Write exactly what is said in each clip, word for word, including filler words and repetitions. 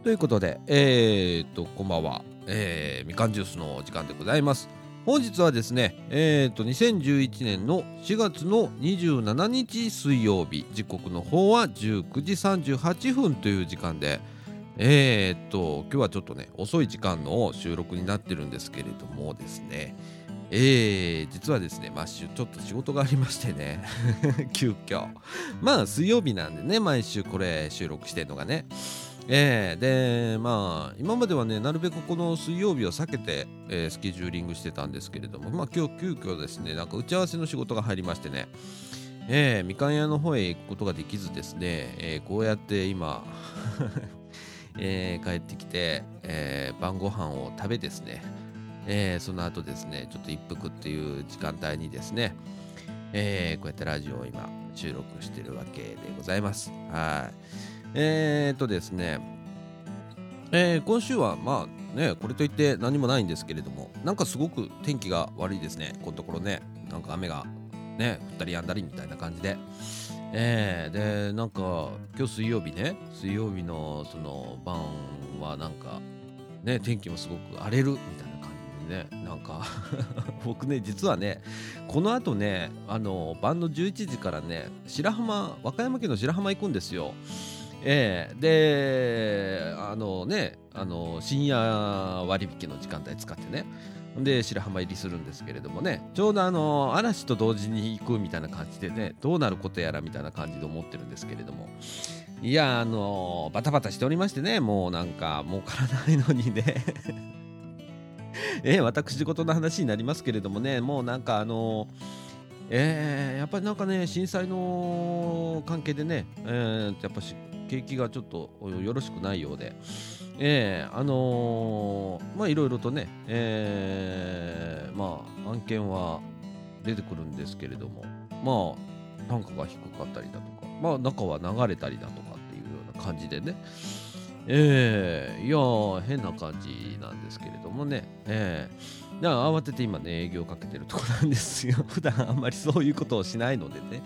ということで、えー、っとこんばんは、えー、みかんジュースのお時間でございます。本日はですね、えー、っとにせんじゅういちねんのしがつのにじゅうしちにち水曜日、時刻の方はじゅうくじさんじゅうはっぷんという時間で、えー、っと今日はちょっとね遅い時間の収録になってるんですけれどもですね、えー、実はですね、まあ、しゅちょっと仕事がありましてね急遽まあ水曜日なんでね、毎週これ収録してるのがね、えー、でまあ今まではねなるべくこの水曜日を避けて、えースケジューリングしてたんですけれども、まあ今日急遽ですね、なんか打ち合わせの仕事が入りましてね、えーみかん屋の方へ行くことができずですね、えーこうやって今えー帰ってきて、えー晩ご飯を食べですね、えーその後ですね、ちょっと一服っていう時間帯にですね、えーこうやってラジオを今収録してるわけでございます。はい。えーっとですね、えー今週はまあね、これといって何もないんですけれども、なんかすごく天気が悪いですね、このところね。なんか雨がね、降ったり止んだりみたいな感じで。えー、で、なんか今日水曜日ね、水曜日のその晩はなんかね、天気もすごく荒れるみたいな感じでね、なんか僕ね、実はね、この後ね、あの晩のじゅういちじからね、白浜、和歌山県の白浜行くんですよ。ええで、あのね、あの深夜割引の時間帯使ってね、で白浜入りするんですけれどもね、ちょうどあの嵐と同時に行くみたいな感じでね、どうなることやらみたいな感じで思ってるんですけれども、いや、あのバタバタしておりましてね、もうなんか儲からないのにねえー私事の話になりますけれどもね、もうなんかあのえー、やっぱりなんかね、震災の関係でね、えー、やっぱし景気がちょっとよろしくないようで、えー、あのーまあいろいろとね、えー、まあ案件は出てくるんですけれども、まあ単価が低かったりだとか、まあ中は流れたりだとかっていうような感じでね、ええ、いやー、変な感じなんですけれどもね。ええ。だから慌てて今ね、営業かけてるとこなんですよ。普段あんまりそういうことをしないのでね。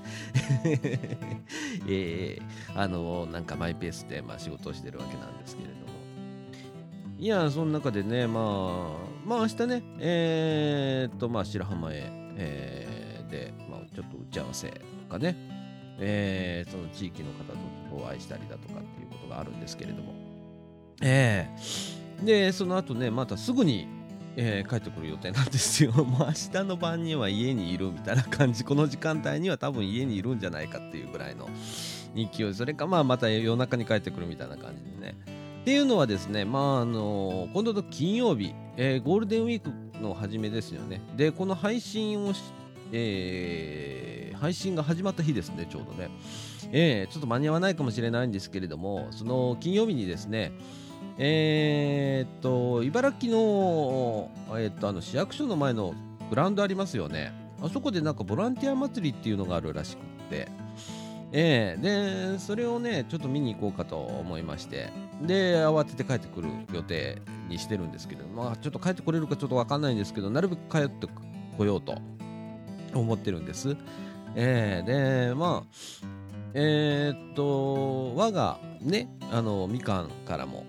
ええ、あの、なんかマイペースで、まあ、仕事をしてるわけなんですけれども。いや、その中でね、まあ、まあ明日ね、えーっと、まあ白浜へ、えーで、まあちょっと打ち合わせとかね、えーその地域の方とお会いしたりだとかっていうことがあるんですけれども、ええで、その後ね、またすぐに、えー帰ってくる予定なんですよ。もう明日の晩には家にいるみたいな感じ、この時間帯には多分家にいるんじゃないかっていうぐらいの勢い、それかまあまた夜中に帰ってくるみたいな感じでね。っていうのはですね、まああの今度の金曜日、えーゴールデンウィークの初めですよね。で、この配信をし、えー配信が始まった日ですね、ちょうどね。えーちょっと間に合わないかもしれないんですけれども、その金曜日にですね、えーっと、茨城の、えーっと、あの市役所の前のグラウンドありますよね。あそこでなんかボランティア祭りっていうのがあるらしくって、えーで、それをね、ちょっと見に行こうかと思いまして、で、慌てて帰ってくる予定にしてるんですけど、まあ、ちょっと帰ってこれるかちょっとわかんないんですけど、なるべく帰ってこようと思ってるんです。えーで、まあ、えーっと、我がね、あの、みかんからも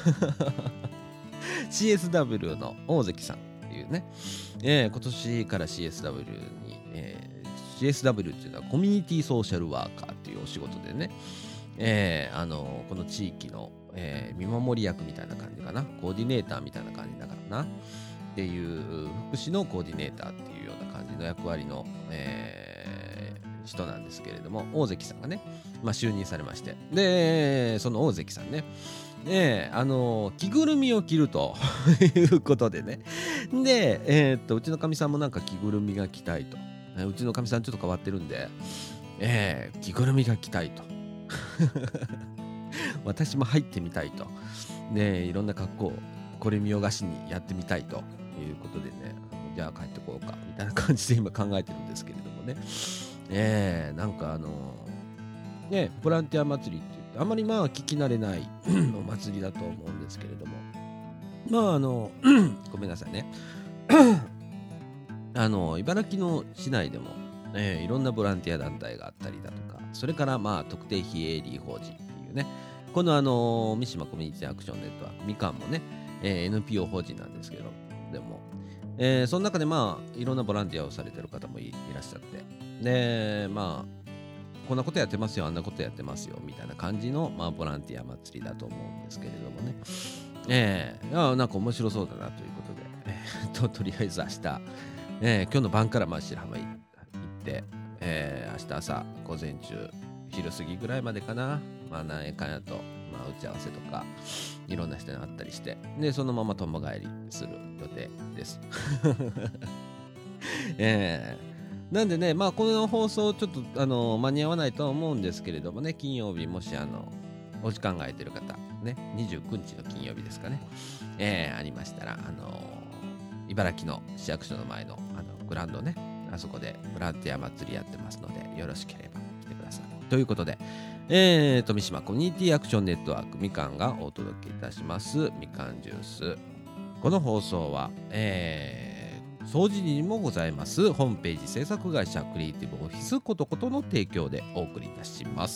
シーエスダブリュー の大関さんっていうね、えー今年から シーエスダブリュー に、えー シーエスダブリュー っていうのはコミュニティソーシャルワーカーっていうお仕事でね、えーあのこの地域の、えー見守り役みたいな感じかな、コーディネーターみたいな感じだからなっていう福祉のコーディネーターっていうような感じの役割の、えー人なんですけれども、大関さんがね、まあ、就任されまして、でその大関さんね、ねえ、あの着ぐるみを着るということでね。で、えーっと、うちのかみさんもなんか着ぐるみが着たいと。えーうちのかみさんちょっと変わってるんで、えー着ぐるみが着たいと。私も入ってみたいと。ねえ、いろんな格好、これ見よがしにやってみたいということでね、あのじゃあ帰ってこようか、みたいな感じで今考えてるんですけれどもね。えー、なんかあのね、ボランティア祭りって言って、あまりまあ聞き慣れないお祭りだと思うんですけれども、まああのごめんなさいね。あの茨城の市内でも、えーいろんなボランティア団体があったりだとか、それからまあ特定非営利法人っていうね、 このあの三島コミュニティアクションネットワークみかんもね、えー エヌピーオー 法人なんですけど、でも、えーその中でまあいろんなボランティアをされてる方も い, いらっしゃって、でまあこんなことやってますよ、あんなことやってますよみたいな感じの、まあ、ボランティア祭りだと思うんですけれどもね、えー、いやなんか面白そうだなということで、えー、と, とりあえず明日、えー、今日の晩からまあ白浜行って、えー、明日朝午前中昼過ぎぐらいまでかな、まあ何やかんやと、まあ、打ち合わせとかいろんな人に会ったりして、でそのまま友帰りする予定です。えーなんでね、まあこの放送ちょっとあの間に合わないとは思うんですけれどもね、金曜日もしあのお時間が空いてる方ね、にじゅうくにちの金曜日ですかね、えー、ありましたらあの茨城の市役所の前のあのグラウンドね、あそこでボランティア祭りやってますので、よろしければ来てくださいということで、えーと三島コミュニティアクションネットワークみかんがお届けいたしますみかんジュース。この放送はえー掃除にもございますホームページ制作会社クリエイティブオフィスことことの提供でお送りいたします。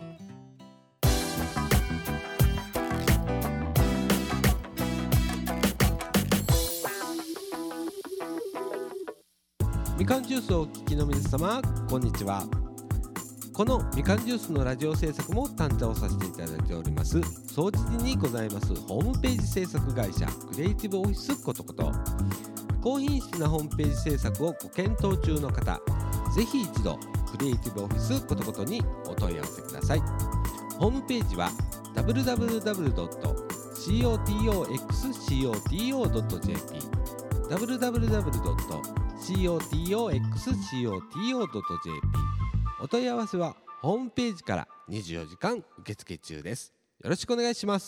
みかんジュースをお聞きの皆様、こんにちは。このみかんジュースのラジオ制作も担当させていただいております掃除時にございますホームページ制作会社クリエイティブオフィスことこと、高品質なホームページ制作をご検討中の方、ぜひ一度クリエイティブオフィスことことにお問い合わせください。ホームページは ダブリューダブリューダブリュードットコトックスコトドットジェーピー ダブリューダブリューダブリュードットコトックスコトックスコトドットジェーピー お問い合わせはホームページからにじゅうよじかん受付中です。よろしくお願いします。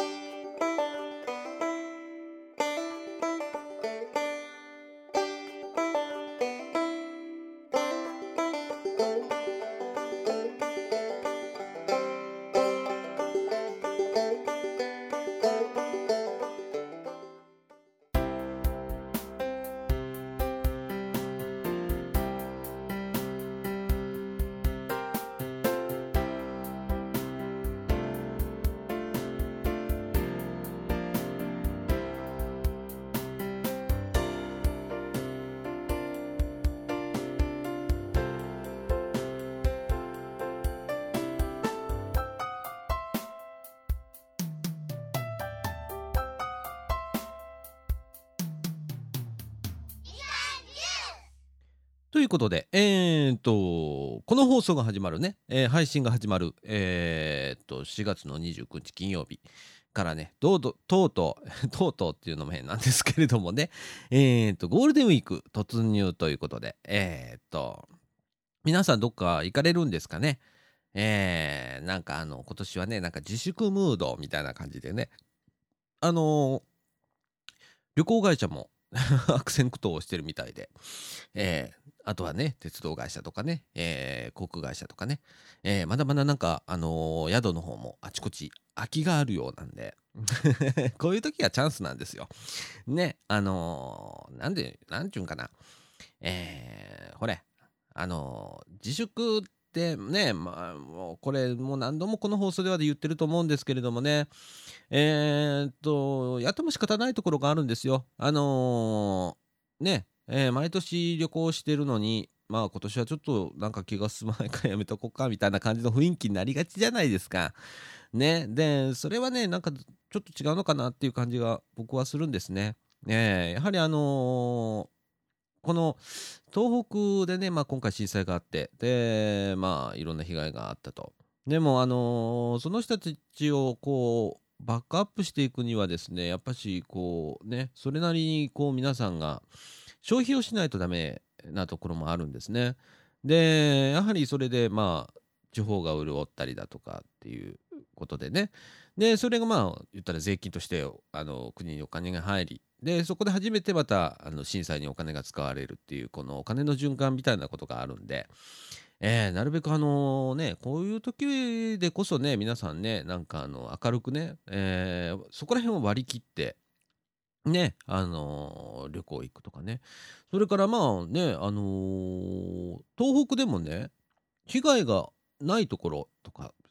ということで、えー、っとこの放送が始まるね、えー配信が始まる、えーっとしがつのにじゅうくにち金曜日からね、どうどとうとうとうとうっていうのも変なんですけれどもね、えーっとゴールデンウィーク突入ということで、えーっと皆さんどっか行かれるんですかね。えー、なんかあの今年はね、なんか自粛ムードみたいな感じでね、あのー旅行会社も悪戦苦闘をしてるみたいで、えーあとはね鉄道会社とかね、えー航空会社とかね、えーまだまだなんかあのー宿の方もあちこち空きがあるようなんでこういう時はチャンスなんですよ。ね、あのーなんでなんちゅうんかな、えーほれあのー自粛ってね、まあもうこれもう何度もこの放送では言ってると思うんですけれどもね、えーっとやっても仕方ないところがあるんですよ。あのーね、えー毎年旅行してるのに、まあ今年はちょっとなんか気が進まないからやめとこうかみたいな感じの雰囲気になりがちじゃないですか。ね、でそれはねなんかちょっと違うのかなっていう感じが僕はするんですね。ね、やはりあのーこの東北でね、まあ、今回震災があって、でまあいろんな被害があったと。でもあのーその人たちをこうバックアップしていくにはですね、やっぱしこうねそれなりにこう皆さんが消費をしないとダメなところもあるんですね。でやはりそれでまあ地方が潤ったりだとかっていうことでね、でそれがまあ言ったら税金としてあの国にお金が入り、でそこで初めてまたあの震災にお金が使われるっていうこのお金の循環みたいなことがあるんで、えーなるべくあのねこういう時でこそね皆さんねなんかあの明るくね、えーそこら辺を割り切ってね、あのー旅行行くとかね。それからまあね、あのー東北でもね、被害がないところとか、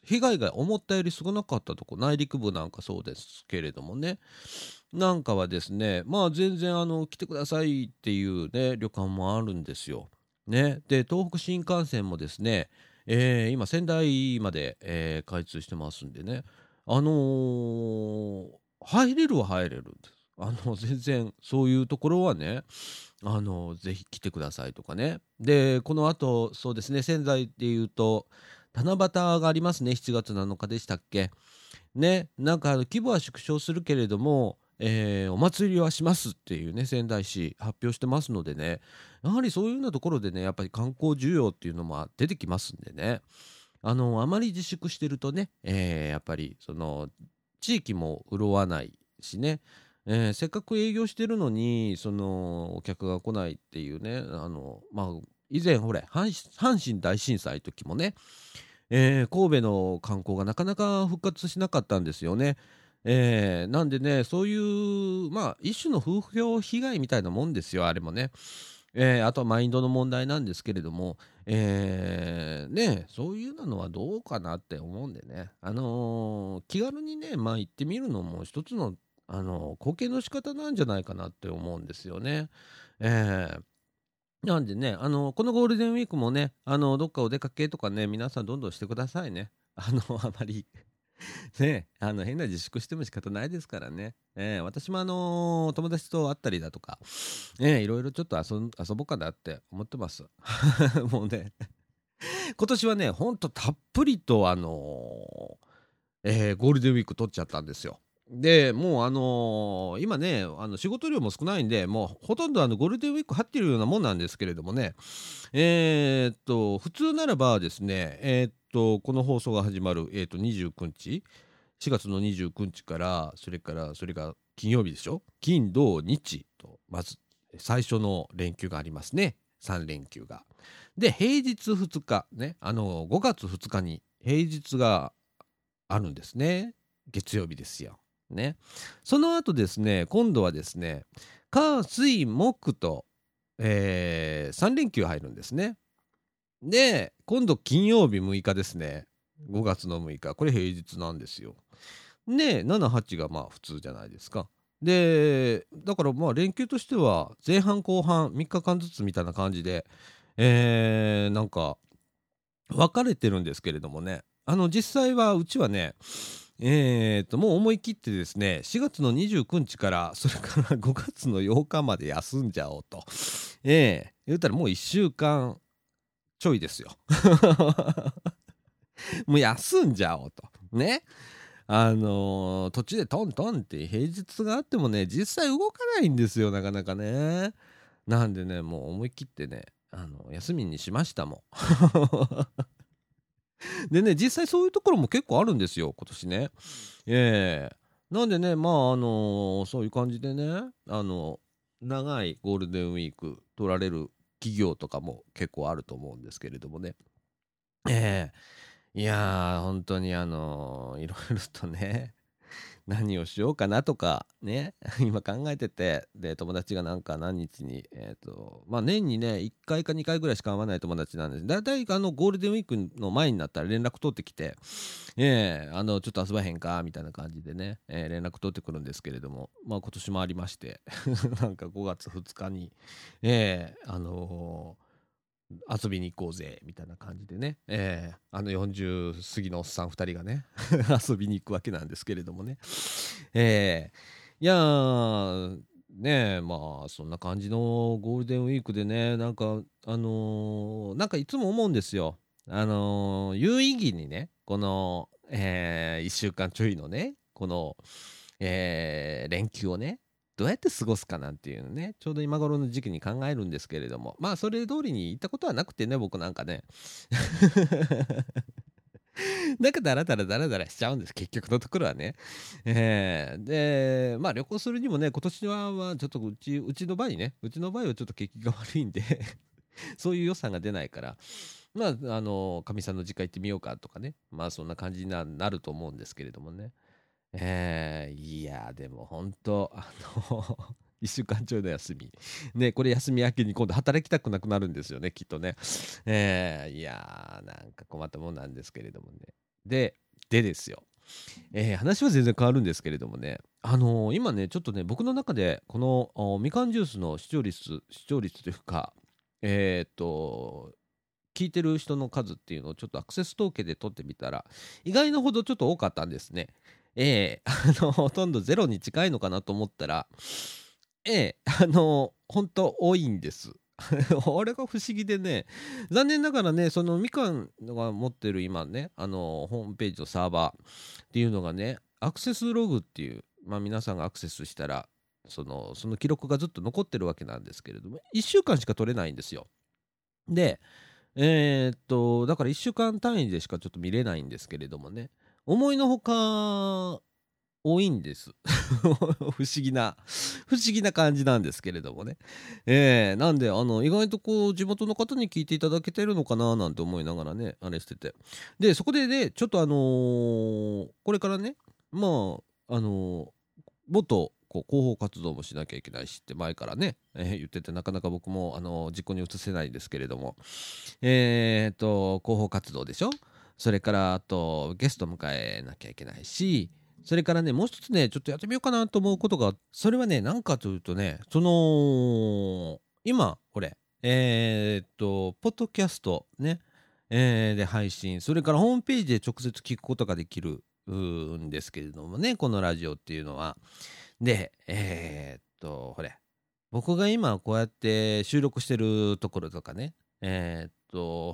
被害が思ったより少なかったとこ、内陸部なんかそうですけれどもね、なんかはですね、まあ全然あの来てくださいっていうね旅館もあるんですよ。ね、で東北新幹線もですね、えー今仙台まで、えー開通してますんでね、あのー入れるは入れるんです。あの全然そういうところはね、あのぜひ来てくださいとかね。でこの後そうですね、仙台っていうと七夕がありますね。しちがつなのかでしたっけね。なんかあの規模は縮小するけれども、えーお祭りはしますっていうね、仙台市発表してますのでね、やはりそういうようなところでね、やっぱり観光需要っていうのも出てきますんでね、あのあまり自粛してるとね、えーやっぱりその地域も潤わないしね、えーせっかく営業してるのにそのお客が来ないっていうね、あのまあ以前ほれ阪阪神大震災の時もね、えー神戸の観光がなかなか復活しなかったんですよね。えーなんでね、そういうまあ一種の風評被害みたいなもんですよ、あれもね。えーあとはマインドの問題なんですけれども、えーね、そういうのはどうかなって思うんでね、あのー気軽にね、まあ行ってみるのも一つの、あのー貢献の仕方なんじゃないかなって思うんですよね。えーなんでね、あのこのゴールデンウィークもね、あのどっかお出かけとかね、皆さんどんどんしてくださいね。あのあまりね、あの変な自粛しても仕方ないですからね。えー私もあの友達と会ったりだとか、えーいろいろちょっと遊ん遊ぼうかなって思ってます。もうね、今年はね、ほんとたっぷりとあのーえーゴールデンウィーク取っちゃったんですよ。で、もうあのー今ね、あの仕事量も少ないんで、もうほとんどあのゴールデンウィーク入ってるようなもんなんですけれどもね、えーっと、普通ならばですね、えーっと、この放送が始まる、えーっと、にじゅうくにち、しがつのにじゅうくにちから、それから、それが金曜日でしょ、金、土、日と、まず最初の連休がありますね。さん連休が。で、平日ふつか、ね、あの、ごがつふつかに平日があるんですね。月曜日ですよ。ね。その後ですね、今度はですね、火、水、木と、えさん連休入るんですね。で、今度金曜日むいかですね。ごがつのむいか。これ平日なんですよ。で、しち、はちがまあ普通じゃないですか。で、だからまあ連休としては前半後半みっかかんずつみたいな感じで、えー、なんか分かれてるんですけれどもね。あの実際はうちはね、えーと、もう思い切ってですね、しがつのにじゅうくにちから、それからごがつのようかまで休んじゃおうと。ええ言ったらもういっしゅうかんちょいですよ。もう休んじゃおうと。ね。あのー途中でトントンって平日があってもね、実際動かないんですよ、なかなかね。なんでね、もう思い切ってね、あの、休みにしましたもん。でね、実際そういうところも結構あるんですよ、今年ね。ええなんでね、まあ、あのーそういう感じでね、あの、長いゴールデンウィーク取られる企業とかも結構あると思うんですけれどもね。ええいやー、本当にあのーいろいろとね、何をしようかなとかね、今考えてて、で、友達がなんか何日に、えっと、まあ年にね、いっかいかにかいぐらいしか会わない友達なんです。だいたいあのゴールデンウィークの前になったら連絡取ってきて、ええあの、ちょっと遊ばへんかみたいな感じでね、えー連絡取ってくるんですけれども、まあ今年もありまして、なんかごがつふつかに、ええあのー遊びに行こうぜみたいな感じでね、えーあのよんじゅう過ぎのおっさんふたりがね遊びに行くわけなんですけれどもね、えーいやーねえ、まあそんな感じのゴールデンウィークでね、なんかあのーなんかいつも思うんですよ。あのー有意義にね、この、えいっしゅうかんちょいのね、この、えー連休をね、どうやって過ごすかなんていうのね、ちょうど今頃の時期に考えるんですけれども、まあそれ通りに行ったことはなくてね、僕なんかね。なんかダラダラダラダラしちゃうんです、結局のところはね。えーで、まあ旅行するにもね、今年ははちょっとうち、うちの場合ね、うちの場合はちょっと景気が悪いんでそういう予算が出ないから、まあ、あの、かみさんの実家行ってみようかとかね、まあそんな感じにななると思うんですけれどもね。えー、いやでも本当あのいっしゅうかんちょいの休みね、これ休み明けに今度働きたくなくなるんですよね、きっとね。えー、いやーなんか困ったもんなんですけれどもね。 で、でですよ。えー話は全然変わるんですけれどもね、あのー今ね、ちょっとね、僕の中で、このおみかんジュースの視聴率、視聴率というか、えーっと、聞いてる人の数っていうのをちょっとアクセス統計で取ってみたら、意外なほどちょっと多かったんですね。ええあの、ほとんどゼロに近いのかなと思ったら、ええあの、本当多いんです。あれが不思議でね、残念ながらね、そのみかんが持ってる今ね、あの、ホームページのサーバーっていうのがね、アクセスログっていう、まあ皆さんがアクセスしたら、その、その記録がずっと残ってるわけなんですけれども、いっしゅうかんしか取れないんですよ。で、えーっと、だからいっしゅうかん単位でしかちょっと見れないんですけれどもね、思いのほか多いんです。不思議な、不思議な感じなんですけれどもね。えー、なんで、あの、意外とこう、地元の方に聞いていただけてるのかななんて思いながらね、あれしてて。で、そこでね、ちょっとあのーこれからね、まあ、あのーもっとこう広報活動もしなきゃいけないしって前からね、えー言っててなかなか僕も、あのー実行に移せないんですけれども、えーっと、広報活動でしょ。それから、あと、ゲスト迎えなきゃいけないし、それからね、もう一つね、ちょっとやってみようかなと思うことが、それはね、何かというとね、その、今、これ、えーっと、ポッドキャストね、えーで配信、それからホームページで直接聞くことができるんですけれどもね、このラジオっていうのは。で、えーっと、これ、僕が今こうやって収録してるところとかね、えーっと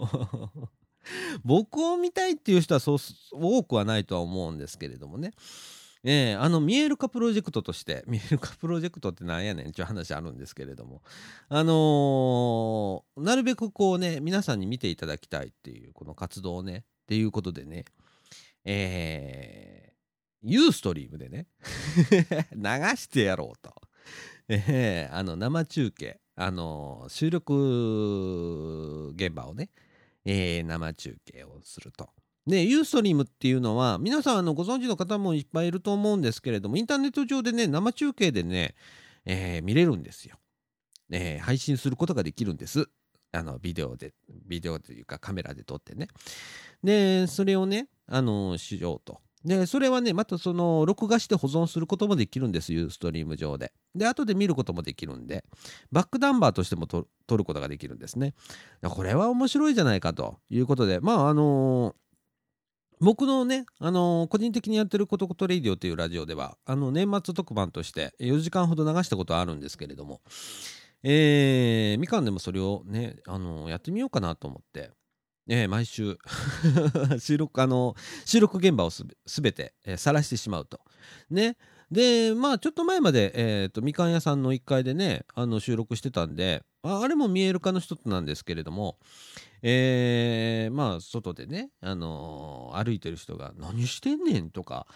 僕を見たいっていう人はそう多くはないとは思うんですけれどもね、ええあの見える化プロジェクトとして見える化プロジェクトってなんやねんっていう話あるんですけれども、あのーなるべくこうね皆さんに見ていただきたいっていうこの活動をねっていうことでね、えーユーストリームでね流してやろうと。ええあの生中継、あの収録現場をね、えー生中継をすると。で、ユーストリームっていうのは、皆さんあのご存知の方もいっぱいいると思うんですけれども、インターネット上でね、生中継でね、えー見れるんですよ。えー配信することができるんです。あの、ビデオで、ビデオというかカメラで撮ってね。で、それをね、あのしようと。で、それはね、またその、録画して保存することもできるんです、ユーストリーム上で。で、後で見ることもできるんで、バックナンバーとしてもと撮ることができるんですね。これは面白いじゃないかということで、まあ、あのー僕のね、あのー個人的にやってることことレイディオというラジオでは、あの、年末特番としてよじかんほど流したことはあるんですけれども、えー、みかんでもそれをね、あのーやってみようかなと思って、えー毎週収録、あの、収録現場をすべすべてえー晒してしまうと。ね。で、まあ、ちょっと前まで、えっと、みかん屋さんのいっかいでね、あの、収録してたんで、ああれも見える化の一つなんですけれども、えーまあ、外でね、あのー歩いてる人が、何してんねんとか、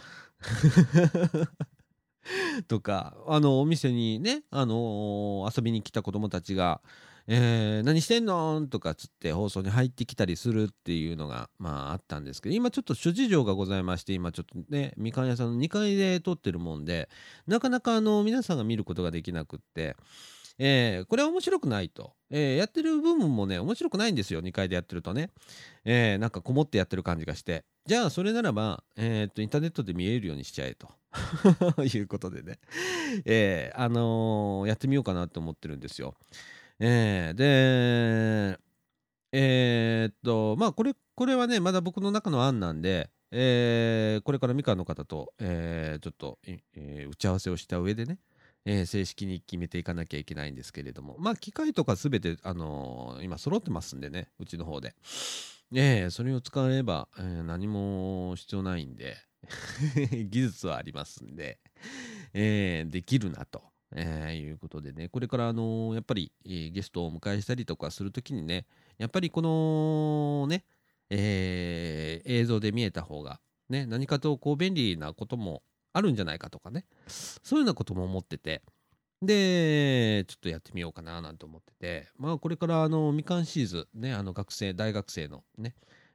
とか、あの、お店にね、あのー遊びに来た子供たちが、えー何してんのとかつって放送に入ってきたりするっていうのが、まああったんですけど、今ちょっと諸事情がございまして、今ちょっとね、みかん屋さんのにかいで撮ってるもんで、なかなかあの、皆さんが見ることができなくって、えーこれは面白くないと。えーやってる部分もね、面白くないんですよ、にかいでやってるとね。えーなんかこもってやってる感じがして。じゃあ、それならば、えーっと、インターネットで見えるようにしちゃえと。いうことでね。えーあのーやってみようかなと思ってるんですよ。えーで、えーっと、まあ、これ、これはね、まだ僕の中の案なんで、えーこれからみかんの方と、えーちょっと、いえー打ち合わせをした上でね、えー正式に決めていかなきゃいけないんですけれども、まあ、機械とかすべて、あのー今揃ってますんでね、うちの方で。えーそれを使えば、えー何も必要ないんで、技術はありますんで、えーできるなと。えーいうことでね、これから、あのーやっぱり、えーゲストをお迎えしたりとかするときにね、やっぱりこのね、えー映像で見えた方が、ね、何かとこう便利なこともあるんじゃないかとかね、そういうようなことも思ってて、で、ちょっとやってみようかななんて思ってて、まあこれからあのみかんシーズンね、あの学生、大学生のね、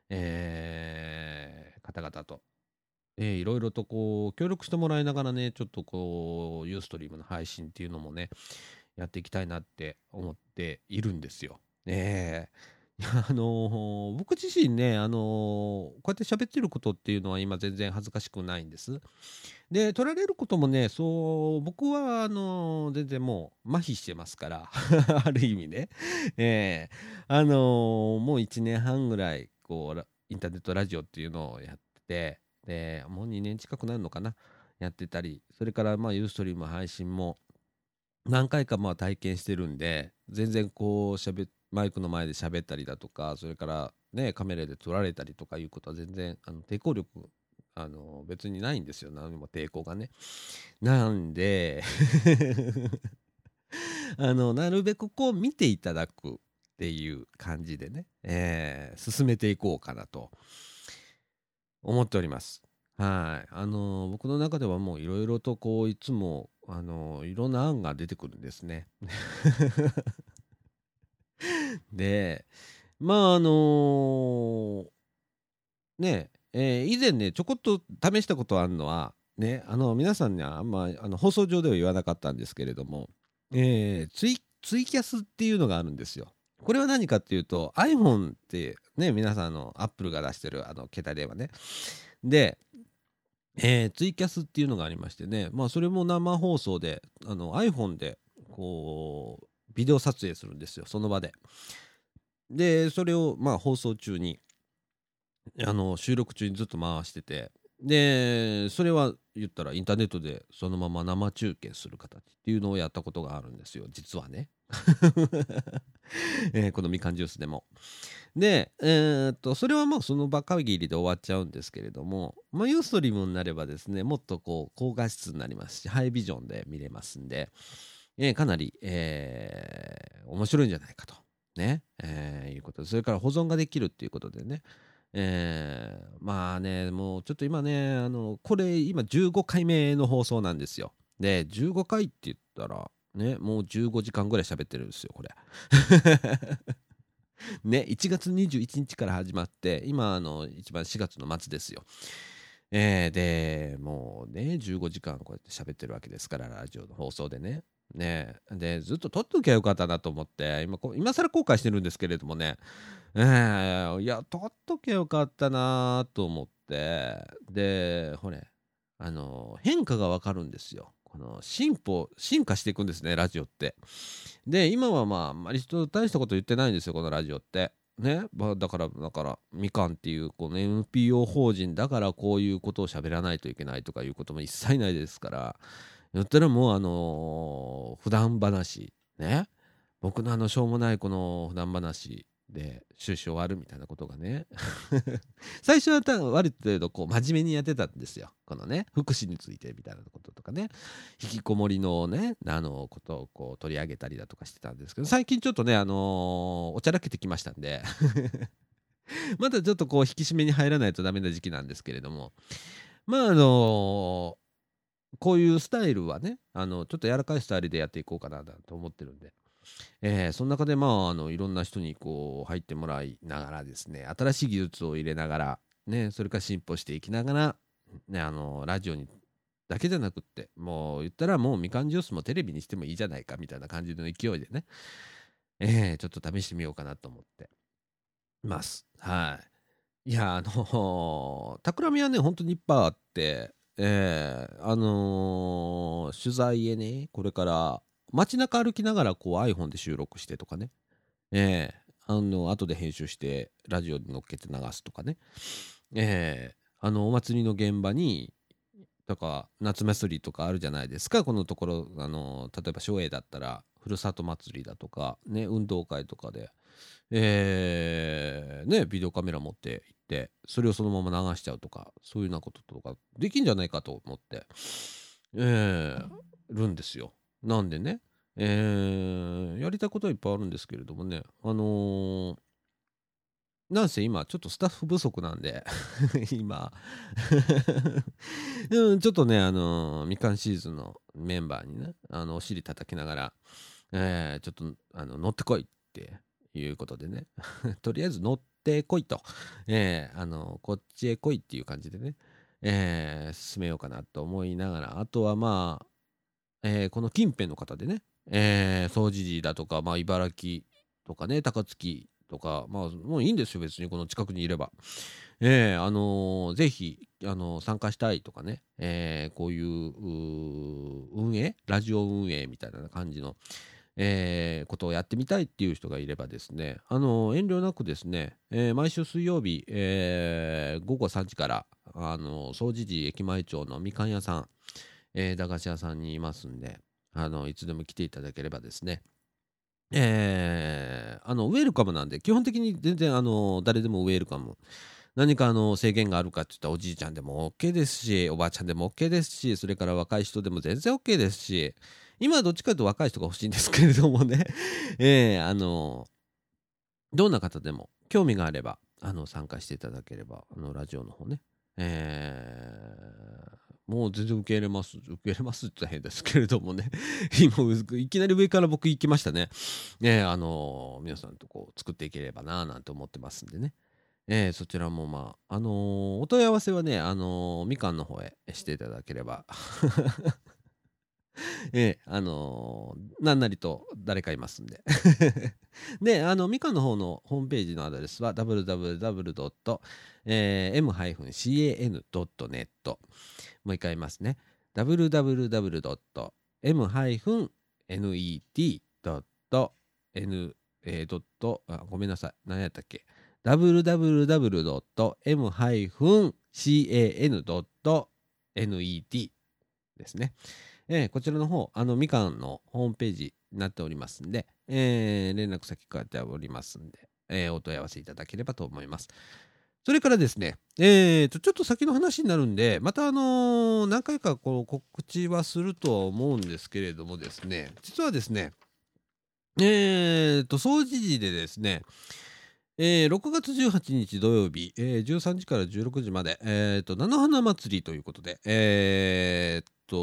えー方々と、えーいろいろとこう協力してもらいながらね、ちょっとこうユーストリームの配信っていうのもね、やっていきたいなって思っているんですよ。ええいやあのー僕自身ね、あのーこうやって喋ってることっていうのは今全然恥ずかしくないんです。で、取られることもね、そう、僕はあのー全然もう麻痺してますから、ある意味ね。ええあのーもういちねんはんぐらい、こう、ラインターネットラジオっていうのをやってて、で、もうにねん近くなるのかな、やってたり、それからまあユーストリーム配信も何回かまあ体験してるんで、全然こうしゃべマイクの前で喋ったりだとか、それからね、カメラで撮られたりとかいうことは全然あの抵抗力、あの別にないんですよ。何も抵抗がね。なんであのなるべくこう見ていただくっていう感じでね、えー進めていこうかなと思っております。はい。あの僕の中ではもういろいろとこういつもあのいろんな案が出てくるんですね。で、まああのねえ、えー以前ね、ちょこっと試したことあるのは、ね、あの皆さんにはあんまあの放送上では言わなかったんですけれども、えーツイ、ツイキャスっていうのがあるんですよ。これは何かっていうと、iPhone ってね、皆さんの Apple が出してるあの携帯電話ね。で、えーツイキャスっていうのがありましてね、まあそれも生放送で、あの iPhone でこう、ビデオ撮影するんですよ、その場で。で、それをまあ放送中に、あの収録中にずっと回してて、で、それは言ったらインターネットでそのまま生中継する形っていうのをやったことがあるんですよ、実はね。えーこのみかんジュースでも。で、えーっと、それはもうその場限りで終わっちゃうんですけれども、まあ、ユーストリームになればですね、もっとこう高画質になりますし、ハイビジョンで見れますんで、えーかなり、えー面白いんじゃないかと。ね、えーいうことで、それから保存ができるっていうことでね、えーまあね、もうちょっと今ね、あの、これ今じゅうごかいめの放送なんですよ。で、じゅうごかいって言ったら、ね、もうじゅうごじかんぐらい喋ってるんですよ、これ。ね、いちがつにじゅういちにちから始まって、今、あの、一番しがつの末ですよ。えーで、もうね、じゅうごじかんこうやって喋ってるわけですから、ラジオの放送でね。ねで、ずっと撮っときゃよかったなと思って、今こう、今更後悔してるんですけれどもね、えーいや、撮っときゃよかったなと思って、で、ほれ、あの、変化がわかるんですよ。この進歩、進化していくんですね、ラジオって。で、今はまあ、あんまり人大したこと言ってないんですよ、このラジオって。ね、まあだから、だから、みかんっていうこの エヌピーオー 法人だからこういうことを喋らないといけないとかいうことも一切ないですから、言ったらもうあのー普段話、ね、僕のあのしょうもないこの普段話で終始終わるみたいなことがね最初は多分ある程度こう真面目にやってたんですよ、このね福祉についてみたいなこととかね、引きこもりのねあのことをこう取り上げたりだとかしてたんですけど、最近ちょっとねあのーおちゃらけてきましたんでまだちょっとこう引き締めに入らないとダメな時期なんですけれども、まああのーこういうスタイルはね、あのちょっと柔らかいスタイルでやっていこうかなと思ってるんで、えーその中でまああのいろんな人にこう入ってもらいながらですね、新しい技術を入れながらね、それから進歩していきながらね、あのラジオにだけじゃなくって、もう言ったらもうみかんジュースもテレビにしてもいいじゃないかみたいな感じの勢いでね、えーちょっと試してみようかなと思ってます。はい。いや、あの企みはね、本当にいっぱいあって、えーあのー取材へね、これから街中歩きながらこう iPhone で収録してとかね、ええあの、後で編集してラジオに乗っけて流すとかね、ええあの、お祭りの現場に、とか、夏祭りとかあるじゃないですか、このところ、あの、例えば松栄だったら、ふるさと祭りだとか、ね、運動会とかで、えーね、ビデオカメラ持って行って、それをそのまま流しちゃうとか、そういうようなこととかできんじゃないかと思って、えーるんですよ。なんでね、えーやりたいことはいっぱいあるんですけれどもね、あのーなんせ今ちょっとスタッフ不足なんで今うん、ちょっとね、あのーみかんシーズンのメンバーにね、あの、お尻叩きながら、えーちょっと、あの、乗ってこいっていうことでね、とりあえず乗ってこいと、えーあの、こっちへ来いっていう感じでね、えー進めようかなと思いながら、あとはまあ、えーこの近辺の方でね、えー、総除寺だとか、まあ、茨城とかね、高槻とか、まあもういいんですよ別にこの近くにいれば。えー、あのーぜひ、あのー参加したいとかね、えーこういううー運営ラジオ運営みたいな感じの、えーことをやってみたいっていう人がいればですね、あのー遠慮なくですね、えー毎週水曜日、えー午後さんじから、あのー総除寺駅前町のみかん屋さん、えー駄菓子屋さんにいますんで、あのいつでも来ていただければですね、えーあのウェルカムなんで基本的に全然あの誰でもウェルカム。何かあの制限があるかって言ったらおじいちゃんでも OK ですし、おばあちゃんでも OK ですし、それから若い人でも全然 OK ですし、今はどっちかというと若い人が欲しいんですけれどもね、えーあのどんな方でも興味があればあの参加していただければ、あのラジオの方ね、えーもう全然受け入れます。受け入れますって言ったら変ですけれどもね。今、いきなり上から僕行きましたね。ね、あの皆さんとこう作っていければななんて思ってますんでね。えーそちらもまあ、あのーお問い合わせはね、あのーみかんの方へしていただければ、ええ、あのーなんなりと誰かいますんで。で、あの、みかんの方のホームページのアドレスは ダブリューダブリューダブリュードットエムシーエーエヌドットネット。もう一回言いますね。ダブリューダブリューダブリュードットエムネットドットエヌ、えー、ドット、あ、ごめんなさい。何やったっけ？ ダブリューダブリューダブリュードットエムシーエーエヌドットネット ですね。えーこちらの方、あの、みかんのホームページになっておりますんで、えー連絡先書いておりますんで、えーお問い合わせいただければと思います。それからですね、えーと、ちょっと先の話になるんで、またあのー何回かこう告知はするとは思うんですけれどもですね、実はですね、えーと、総除寺でですね、えーろくがつじゅうはちにち土曜日、えーじゅうさんじからじゅうろくじまで、えーと、菜の花祭りということで、えーと、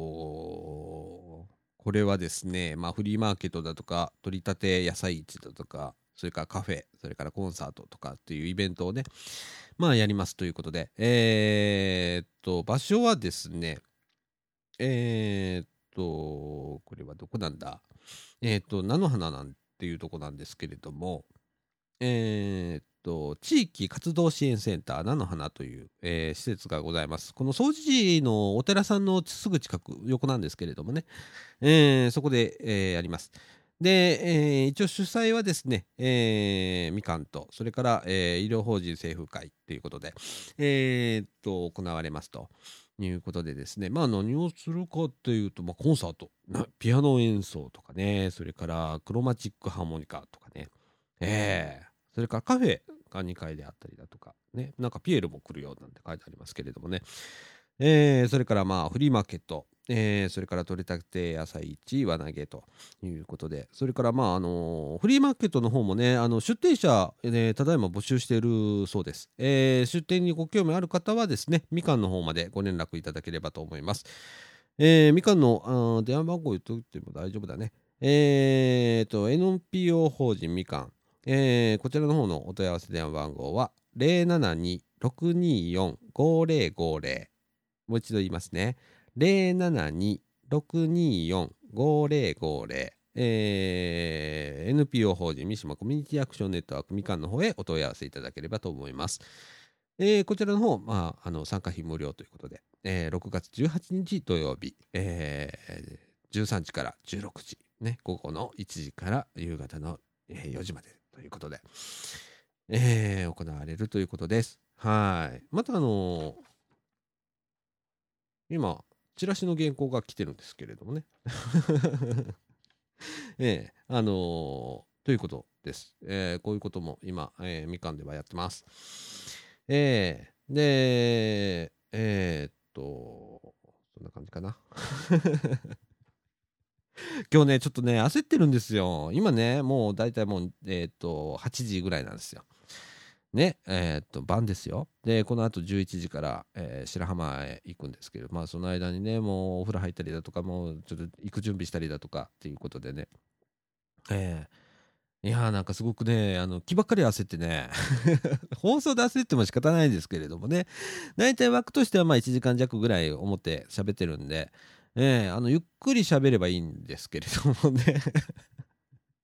これはですね、まあ、フリーマーケットだとか、取り立て野菜市だとか、それからカフェ、それからコンサートとかっていうイベントをね、まあやりますということで、えーっと、場所はですね、えーっと、これはどこなんだえーっと、菜の花なんていうとこなんですけれども、えーっと、地域活動支援センター菜の花という、えー施設がございます。この総除寺のお寺さんのすぐ近く、横なんですけれどもね、えーそこで、えーやります。で、えー一応主催はですね、えーみかんと、それから、えー医療法人政府会ということで、えーっと、行われますということでですね、まあ何をするかっていうと、まあコンサート、なピアノ演奏とかね、それからクロマチックハーモニカとかね、えーそれからカフェがにかいであったりだとか、ね、なんかピエールも来るよなんて書いてありますけれどもね、えーそれからまあフリーマーケット、えーそれから取れたて野菜市輪投げということで、それからまああのーフリーマーケットの方もね、あの出店者、えーただいま募集しているそうです。えー出店にご興味ある方はですね、みかんの方までご連絡いただければと思います。えーみかんのあー電話番号言っておいても大丈夫だね。えーと エヌピーオー 法人みかん、えーこちらの方のお問い合わせ電話番号はゼロななに ろくによん ごゼロごゼロ、もう一度言いますね。ゼロななに ろくによん ごゼロごゼロ、えー エヌピーオー 法人三島コミュニティアクションネットワークみかんの方へお問い合わせいただければと思います。えーこちらの方、まあ、あの参加費無料ということで、えーろくがつじゅうはちにち土曜日、えーじゅうさんじからじゅうろくじ、ね、午後のいちじから夕方のえーよじまでということで、えー行われるということです。はい。またあのー今、チラシの原稿が来てるんですけれどもね。ええあのーということです。えーこういうことも今、えーみかんではやってます。ええで、えーっと、そんな感じかな。今日ね、ちょっとね、焦ってるんですよ。今ね、もうだいたいもう、えーっと、はちじぐらいなんですよ。ね、えーっと、晩ですよ。で、この後じゅういちじから、えー白浜へ行くんですけど、まあ、その間にね、もうお風呂入ったりだとか、もうちょっと行く準備したりだとかっていうことでね、えーいやーなんかすごくね、あの気ばっかり焦ってね、放送で焦っても仕方ないですけれどもね、大体枠としてはまあいちじかん弱ぐらい思って喋ってるんで、えーあのゆっくり喋ればいいんですけれどもね、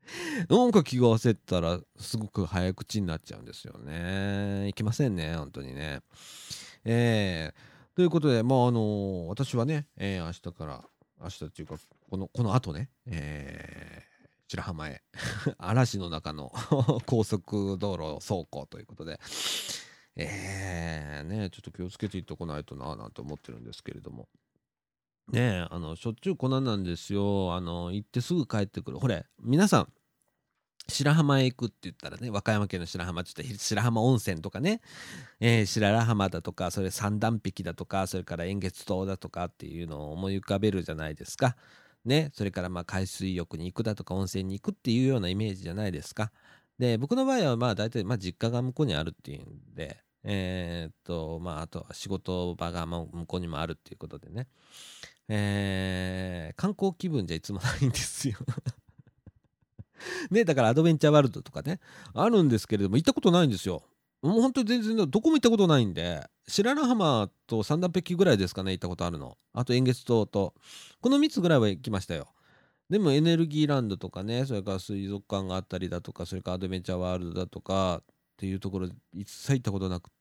なんか気が焦ったらすごく早口になっちゃうんですよね。いけませんね、本当にね。えー、ということで、まああの私はね、えー、明日から明日っていうかこのこの後ね、えー、白浜へ嵐の中の高速道路走行ということで、えー、ねちょっと気をつけていってこないとななんて思ってるんですけれども。ねえ、あのしょっちゅうこんなんなんですよ。あの行ってすぐ帰ってくる。ほれ、皆さん白浜へ行くって言ったらね、和歌山県の白浜って言ったら白浜温泉とかね、えー白良浜だとか、それ三段壁だとか、それから円月島だとかっていうのを思い浮かべるじゃないですか。ね、それからまあ海水浴に行くだとか温泉に行くっていうようなイメージじゃないですか。で、僕の場合はまあ大体まあ実家が向こうにあるっていうんで、えーっと、まああとは仕事場がまあ向こうにもあるっていうことでね、えー観光気分じゃいつもないんですよ。ね、だからアドベンチャーワールドとかね、あるんですけれども、行ったことないんですよ。もう本当に全然どこも行ったことないんで、白良浜と三段壁ぐらいですかね、行ったことあるの。あと円月島と、このみっつぐらいは行きましたよ。でもエネルギーランドとかね、それから水族館があったりだとか、それからアドベンチャーワールドだとかっていうところ、一切行ったことなくって、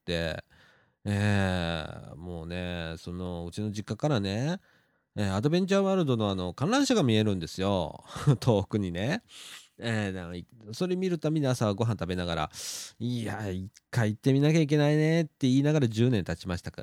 えー、もうね、そのうちの実家からね、えーアドベンチャーワールドのあの観覧車が見えるんですよ。遠くにね。えー、だからいそれ見るために朝ご飯食べながら、いや、一回行ってみなきゃいけないねって言いながらじゅうねん経ちましたから、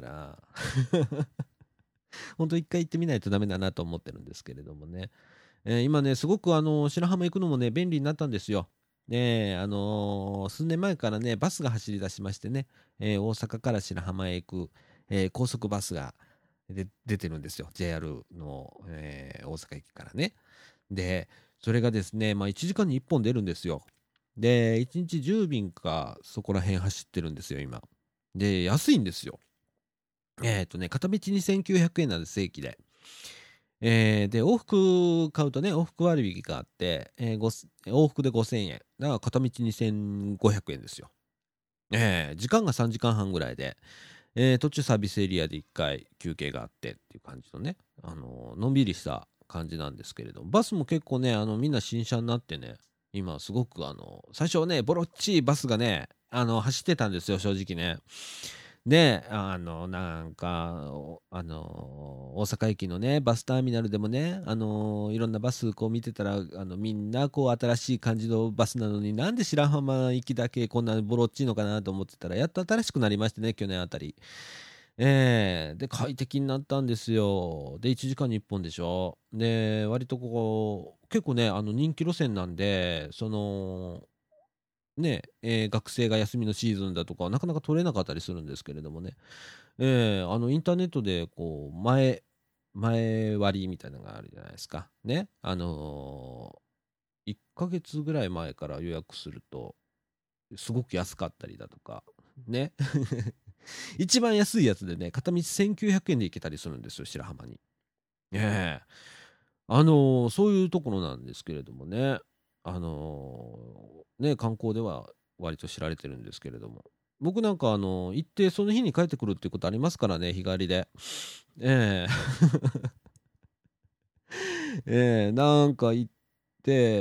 本当一回行ってみないとダメだなと思ってるんですけれどもね。えー今ね、すごくあの白浜行くのもね、便利になったんですよ。ねえ、あのー数年前からね、バスが走り出しましてね、えー大阪から白浜へ行く、えー高速バスがで出てるんですよ。ジェイアール の、えー大阪駅からね。で、それがですね、まあいちじかんにいっぽん出るんですよ。で、いちにちじゅうびんかそこら辺走ってるんですよ、今。で、安いんですよ。えっとね、片道にせんきゅうひゃくえんなんです、正規で。えーで、往復買うとね、往復割引があって、えーご往復でごせんえん。だから片道にせんごひゃくえんですよ。えー時間がさんじかんはんぐらいで、えー途中サービスエリアでいっかい休憩があってっていう感じのね、あのーのんびりした感じなんですけれども、バスも結構ね、あのみんな新車になってね、今すごくあの最初はね、ボロっちいバスがね、あの走ってたんですよ、正直ね。で、あの、なんか、おあの、大阪駅のね、バスターミナルでもね、あの、いろんなバスこう見てたら、あの、みんなこう新しい感じのバスなのに、なんで白浜行きだけこんなボロっちいのかなと思ってたら、やっと新しくなりましてね、去年あたり。ええで、快適になったんですよ。で、いちじかんにいっぽんでしょ。で、割とこう、結構ね、あの人気路線なんで、その、ね、えー学生が休みのシーズンだとかなかなか取れなかったりするんですけれどもね、えーあのインターネットでこう前前割みたいなのがあるじゃないですか。ね、あのー、いっかげつぐらい前から予約するとすごく安かったりだとかね一番安いやつでね片道せんきゅうひゃくえんで行けたりするんですよ、白浜に。ええあのーそういうところなんですけれどもね。あのーね、観光では割と知られてるんですけれども。僕なんか、あのー行ってその日に帰ってくるっていうことありますからね、日帰りで。ええええなんか行って、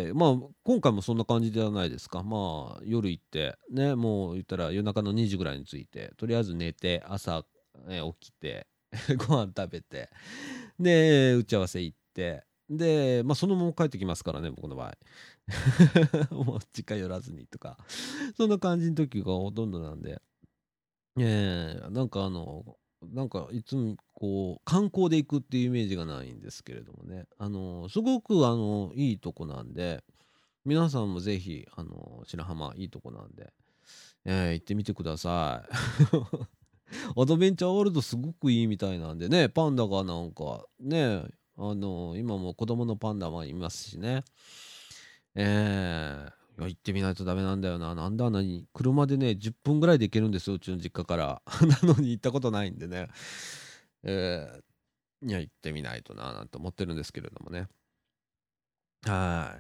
まあ、今回もそんな感じじゃないですか。まあ、夜行って、ね、もう言ったら夜中のにじぐらいに着いて、とりあえず寝て、朝、えー起きて、ご飯食べて、で、打ち合わせ行って、で、まあ、そのまま帰ってきますからね、僕の場合。もう実家寄らずにとか、そんな感じの時がほとんどなんで、ええなんかあの、なんかいつもこう、観光で行くっていうイメージがないんですけれどもね、あの、すごくあの、いいとこなんで、皆さんもぜひ、あの、白浜いいとこなんで、ええ行ってみてください。アドベンチャーワールドすごくいいみたいなんでね、パンダがなんかね、あの、今も子供のパンダもいますしね。ええいや、行ってみないとダメなんだよな。なんであんなに、車でね、じゅっぷんぐらいで行けるんですよ、うちの実家から。なのに行ったことないんでね。ええいや、行ってみないとな、なんて思ってるんですけれどもね。はい。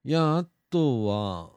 いや、あとは、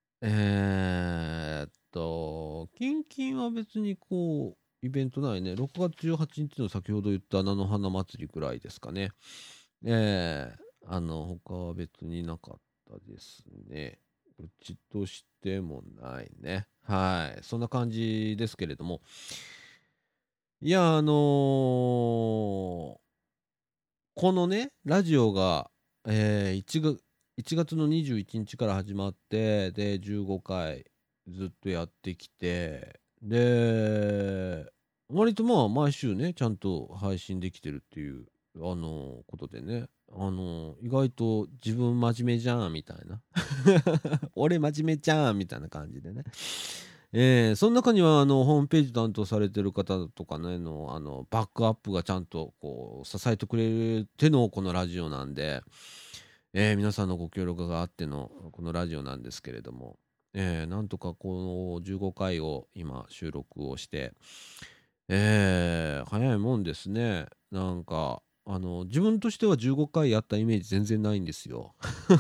えーっと、近々は別にこう、イベントないね。ろくがつじゅうはちにちの先ほど言った菜の花祭りくらいですかね。ええあの、他は別になかっったですね。うちとしてもないね。はい。そんな感じですけれども。いや、あのーこのね、ラジオが、えー、1, がいちがつのにじゅういちにちから始まって、で、じゅうごかいずっとやってきて、で、割とまあ、毎週ね、ちゃんと配信できてるっていう、あのことでね、あの意外と自分真面目じゃん、みたいな。俺真面目じゃん、みたいな感じでね。ええ、その中にはあのホームページ担当されてる方とかねのあのバックアップがちゃんとこう支えてくれてのこのラジオなんで、ええ、皆さんのご協力があってのこのラジオなんですけれども、ええ、なんとかこのじゅうごかいを今収録をして、ええ、早いもんですね。なんかあの自分としてはじゅうごかいやったイメージ全然ないんですよ。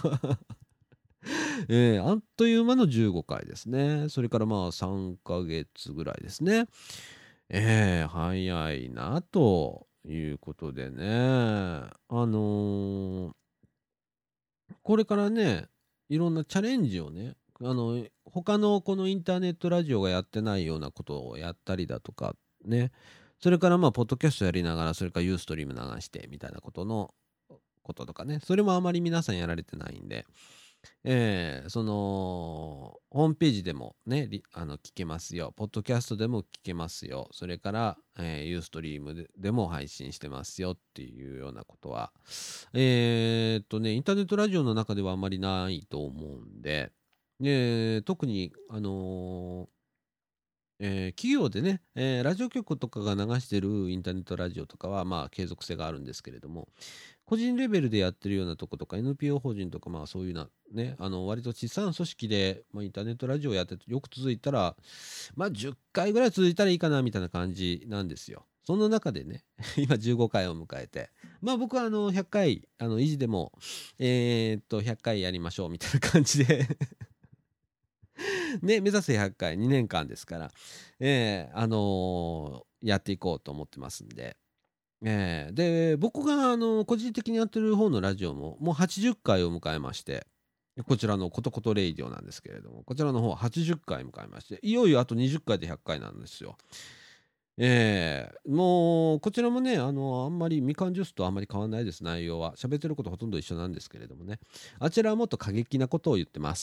ええ、あっという間のじゅうごかいですね。それからまあさんかげつぐらいですね。ええ、早いなということでね。あのーこれからね、いろんなチャレンジをね、あの、他のこのインターネットラジオがやってないようなことをやったりだとかね、それからまあ、ポッドキャストやりながら、それからユーストリーム流してみたいなことのこととかね、それもあまり皆さんやられてないんで、ええ、その、ホームページでもね、リあの、聞けますよ。ポッドキャストでも聞けますよ。それから、えー、ユーストリームででも配信してますよっていうようなことは、えーっとね、インターネットラジオの中ではあまりないと思うんで、で、特に、あのーえー企業でね、えーラジオ局とかが流してるインターネットラジオとかは、まあ、継続性があるんですけれども、個人レベルでやってるようなとことか エヌピーオー 法人とかまあそういうなね、あの割と小さな組織で、まあ、インターネットラジオやっててよく続いたらまあじゅっかいぐらい続いたらいいかなみたいな感じなんですよ。その中でね今じゅうごかいを迎えて、まあ僕はあのひゃっかいあの維持でもえーっとひゃっかいやりましょうみたいな感じでね、目指せひゃっかいにねんかんですから、えーあのーやっていこうと思ってますんで。ええ、で、僕があの、個人的にやってる方のラジオも、もうはちじゅっかいを迎えまして、こちらのことことレイディオなんですけれども、こちらの方ははちじゅっかい迎えまして、いよいよあとにじゅっかいでひゃっかいなんですよ。ええ、もう、こちらもね、あの、あんまりみかんジュースとあんまり変わらないです、内容は。喋ってることほとんど一緒なんですけれどもね。あちらはもっと過激なことを言ってます。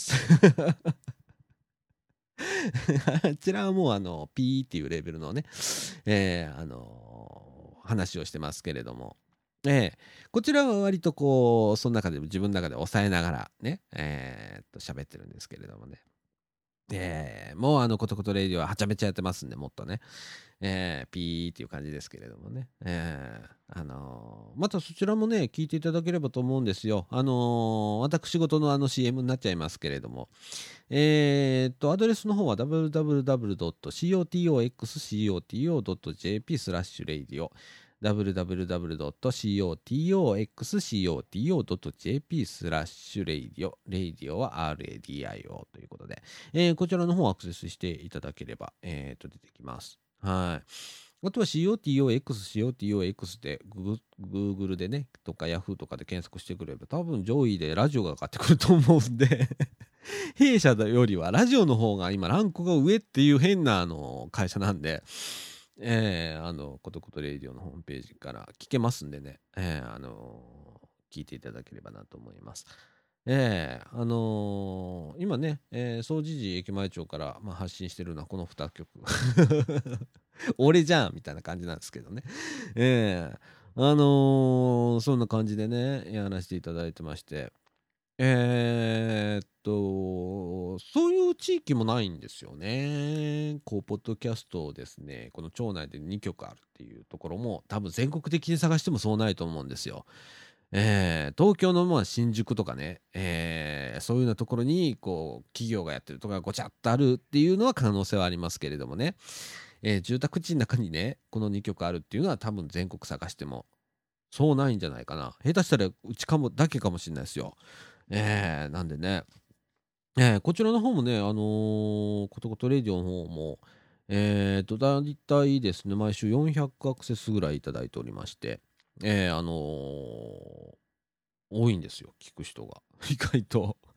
あちらはもうあの、ピーっていうレベルのね、えーあのー話をしてますけれども、えーこちらは割とこう、その中でも自分の中で抑えながらね、えーっと喋ってるんですけれどもね。えーもうあの、ことことレイディオははちゃめちゃやってますんで、もっとね、えーピーっていう感じですけれどもね。えーあのーまたそちらもね、聞いていただければと思うんですよ。あのー私事のあの シーエム になっちゃいますけれども、えーっと、アドレスの方は ダブリューダブリューダブリュードットコトックスコトドットジェーピー スラッシュレイディオ ダブリューダブリューダブリュードットコトックスコトドットジェーピー スラッシュレイディオレイディオは アールエーディーアイオー ということで、えーこちらの方をアクセスしていただければ、えーっと出てきます。はい。あとは コトックス、コトックス で Google でね、とか Yahoo とかで検索してくれば多分上位でラジオが上がってくると思うんで弊社よりはラジオの方が今ランクが上っていう変なあの会社なんで、えー、あの、ことことレイディオのホームページから聞けますんでね、えー、あの聞いていただければなと思います。ええあのー今ね、えー、総除寺駅前町から、まあ、発信してるのはこのにきょく。俺じゃんみたいな感じなんですけどね。ええあのーそんな感じでね、やらせていただいてまして。えーっと、そういう地域もないんですよね。こう、ポッドキャストをですね、この町内でにきょくあるっていうところも、多分全国的に探してもそうないと思うんですよ。えー東京のまあ新宿とかね、えーそういうようなところに、こう、企業がやってるところがごちゃっとあるっていうのは可能性はありますけれどもね。えー住宅地の中にね、このにきょくあるっていうのは多分全国探してもそうないんじゃないかな。下手したらうちかもだけかもしれないですよ。えーなんでね、えーこちらの方もね、あのーことことレイディオの方も、えーと、だいたいですね、毎週よんひゃくアクセスぐらいいただいておりまして、えーあのー多いんですよ、聞く人が。意外と。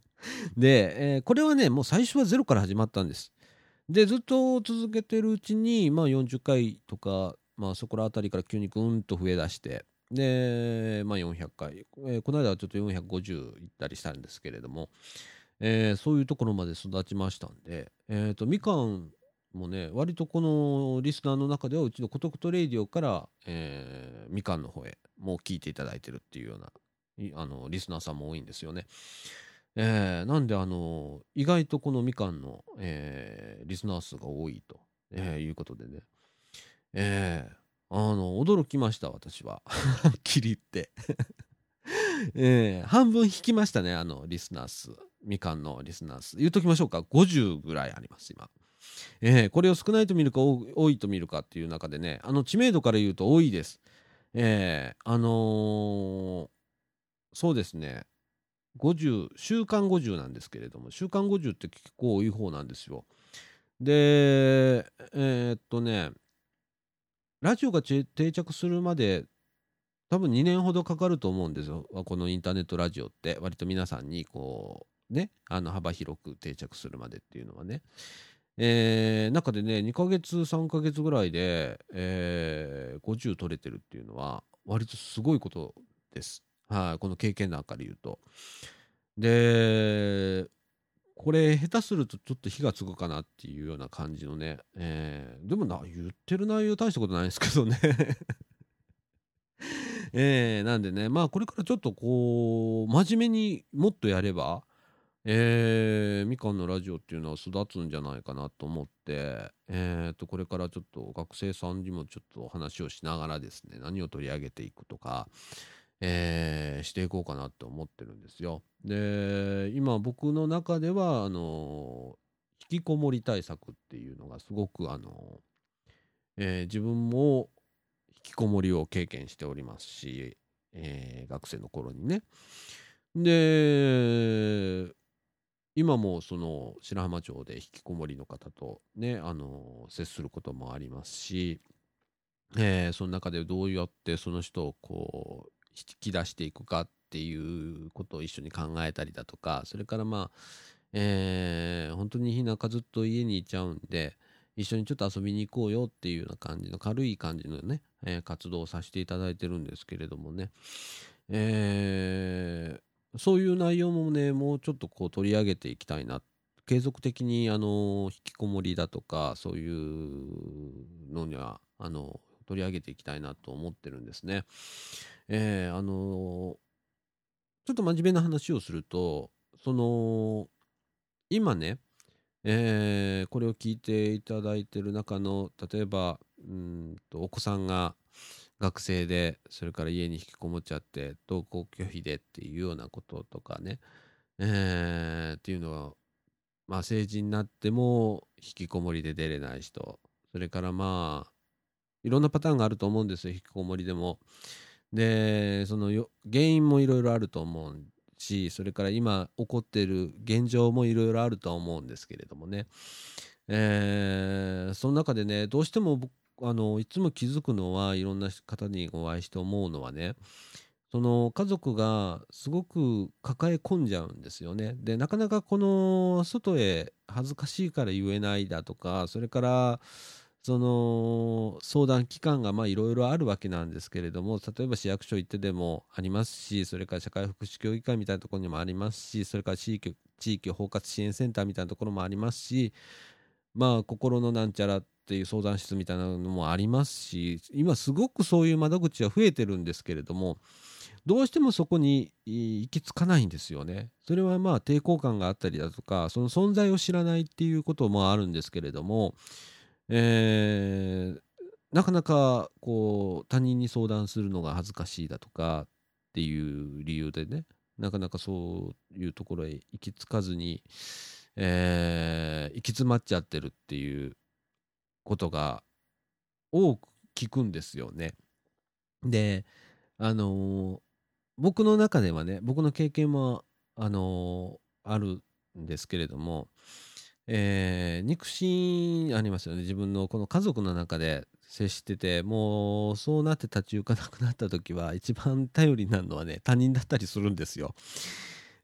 で、えーこれはね、もう最初はゼロから始まったんです。で、ずっと続けてるうちに、まあ、よんじゅっかいとか、まあ、そこらあたりから急にぐんと増えだして、で、まあ、よんひゃっかい、えーこの間はちょっとよんひゃくごじゅう行ったりしたんですけれども、えーそういうところまで育ちましたんで、えーと、みかんもね、割とこのリスナーの中では、うちのコトクトレイディオから、えーみかんの方へもう聞いていただいてるっていうような、いあの、リスナーさんも多いんですよね。えーなんで、あの、意外とこのみかんの、えーリスナー数が多いと、えーいうことでね、えーあの、驚きました、私は。はっきり言って。えー半分引きましたね、あの、リスナー数。みかんのリスナー数。言っときましょうか。ごじゅうぐらいあります、今。えーこれを少ないと見るか多多いと見るかっていう中でね、あの、知名度から言うと多いです。えーあのーそうですね。ごじゅう、週刊ごじゅうなんですけれども、週刊ごじゅうって結構多い方なんですよ。で、えーっとね、ラジオがち定着するまで多分にねんほどかかると思うんですよ。このインターネットラジオって割と皆さんにこうね、あの幅広く定着するまでっていうのはね。えー、中でね、にかげつ、さんかげつぐらいで、えー、ごじゅう取れてるっていうのは割とすごいことです。はい、この経験談から言うと。で、これ下手するとちょっと火がつくかなっていうような感じのね、えー、でもな、言ってる内容大したことないんですけどね。えー、なんでね、まあこれからちょっとこう、真面目にもっとやれば、えー、みかんのラジオっていうのは育つんじゃないかなと思って、えーと、これからちょっと学生さんにもちょっと話をしながらですね、何を取り上げていくとか、えーしていこうかなって思ってるんですよ。で、今僕の中では、あの、引きこもり対策っていうのがすごく、あの、えー自分も引きこもりを経験しておりますし、えー学生の頃にね。で、今もその白浜町で引きこもりの方とね、あの、接することもありますし、えーその中でどうやってその人をこう、引き出していくかっていうことを一緒に考えたりだとか、それからまあ、えー本当に日中ずっと家にいちゃうんで、一緒にちょっと遊びに行こうよっていうような感じの軽い感じのね、えー活動をさせていただいてるんですけれどもね、えーそういう内容もね、もうちょっとこう取り上げていきたいな。継続的に、あの、引きこもりだとか、そういうのには、あの、取り上げていきたいなと思ってるんですね。えーあの、ちょっと真面目な話をすると、その、今ね、えーこれを聞いていただいてる中の、例えば、うーんと、お子さんが学生で、それから家に引きこもっちゃって、登校拒否でっていうようなこととかね、えーっていうのは、まあ、成人になっても引きこもりで出れない人、それからまあ、いろんなパターンがあると思うんですよ、引きこもりでも。で、そのよ原因もいろいろあると思うし、それから今起こっている現状もいろいろあるとは思うんですけれどもね。えーその中でね、どうしても僕、あの、いつも気づくのは、いろんな方にお会いして思うのはね、その家族がすごく抱え込んじゃうんですよね。で、なかなかこの外へ恥ずかしいから言えないだとか、それからその相談機関がまあいろいろあるわけなんですけれども、例えば市役所行ってでもありますし、それから社会福祉協議会みたいなところにもありますし、それから地域、地域包括支援センターみたいなところもありますし、まあ心のなんちゃらっていう相談室みたいなのもありますし、今すごくそういう窓口は増えてるんですけれども、どうしてもそこに行き着かないんですよね。それはまあ抵抗感があったりだとか、その存在を知らないっていうこともあるんですけれども、えーなかなかこう他人に相談するのが恥ずかしいだとかっていう理由でね、なかなかそういうところへ行き着かずに、えー行き詰まっちゃってるっていうことが多く聞くんですよね。で、あのー僕の中ではね、僕の経験も、あのーあるんですけれども、えー肉親ありますよね。自分のこの家族の中で接してて、もうそうなって立ち行かなくなった時は、一番頼りになるのはね、他人だったりするんですよ。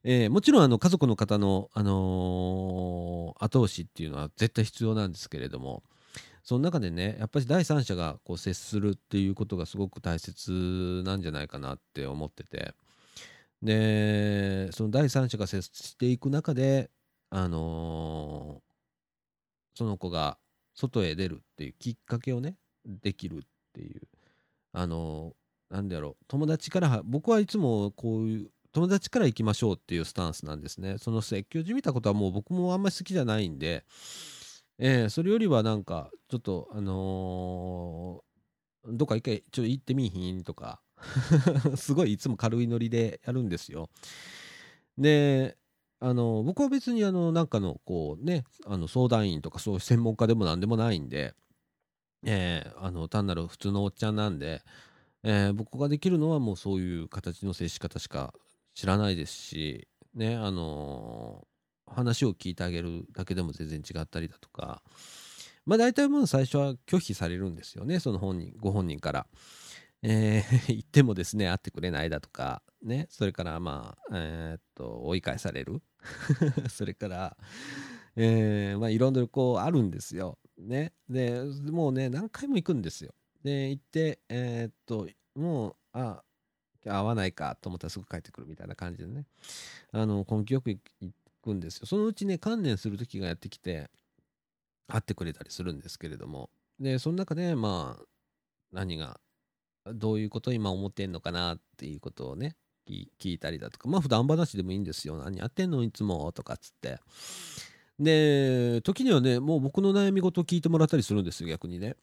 えーもちろんあの家族の方の、あのー後押しっていうのは絶対必要なんですけれども、その中でね、やっぱり第三者がこう接するっていうことがすごく大切なんじゃないかなって思ってて、で、その第三者が接していく中で、あのーその子が外へ出るっていうきっかけをね、できるっていう、あのーなんだろう、友達からは、僕はいつもこういう、友達から行きましょうっていうスタンスなんですね。その説教じみたことはもう僕もあんまり好きじゃないんで、えーそれよりはなんか、ちょっと、あのーどっか一回ちょっと行ってみいひんとかすごいいつも軽いノリでやるんですよ。で、あの、僕は別にあの、なんかのこうね、あの相談員とかそういう専門家でもなんでもないんで、えーあの、単なる普通のおっちゃんなんで、えー僕ができるのはもうそういう形の接し方しか知らないですし、ね、あのー話を聞いてあげるだけでも全然違ったりだとか、まあ大体もう最初は拒否されるんですよね、その本人、ご本人から。えー言ってもですね、会ってくれないだとか、ね、それからまあ、えーっと、追い返される。それから、えーまあいろいろこうあるんですよ。ね。で、もうね、何回も行くんですよ。で、行って、えーっと、もう、あ、合わないかと思ったらすぐ帰ってくるみたいな感じでね、あの、根気よく行くんですよ。そのうちね、観念する時がやってきて、会ってくれたりするんですけれども、で、その中で、まあ、何が、どういうことを今思ってんのかなっていうことをね、聞聞いたりだとか、まあ普段話でもいいんですよ。何やってんのいつもとかっつって。で、時にはね、もう僕の悩み事を聞いてもらったりするんですよ、逆にね。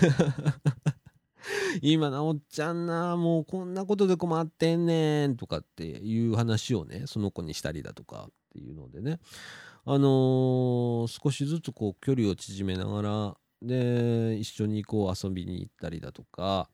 今なおっちゃんな、もうこんなことで困ってんねんとかっていう話をね、その子にしたりだとかっていうのでね、あのー少しずつこう距離を縮めながら、で、一緒にこう遊びに行ったりだとか、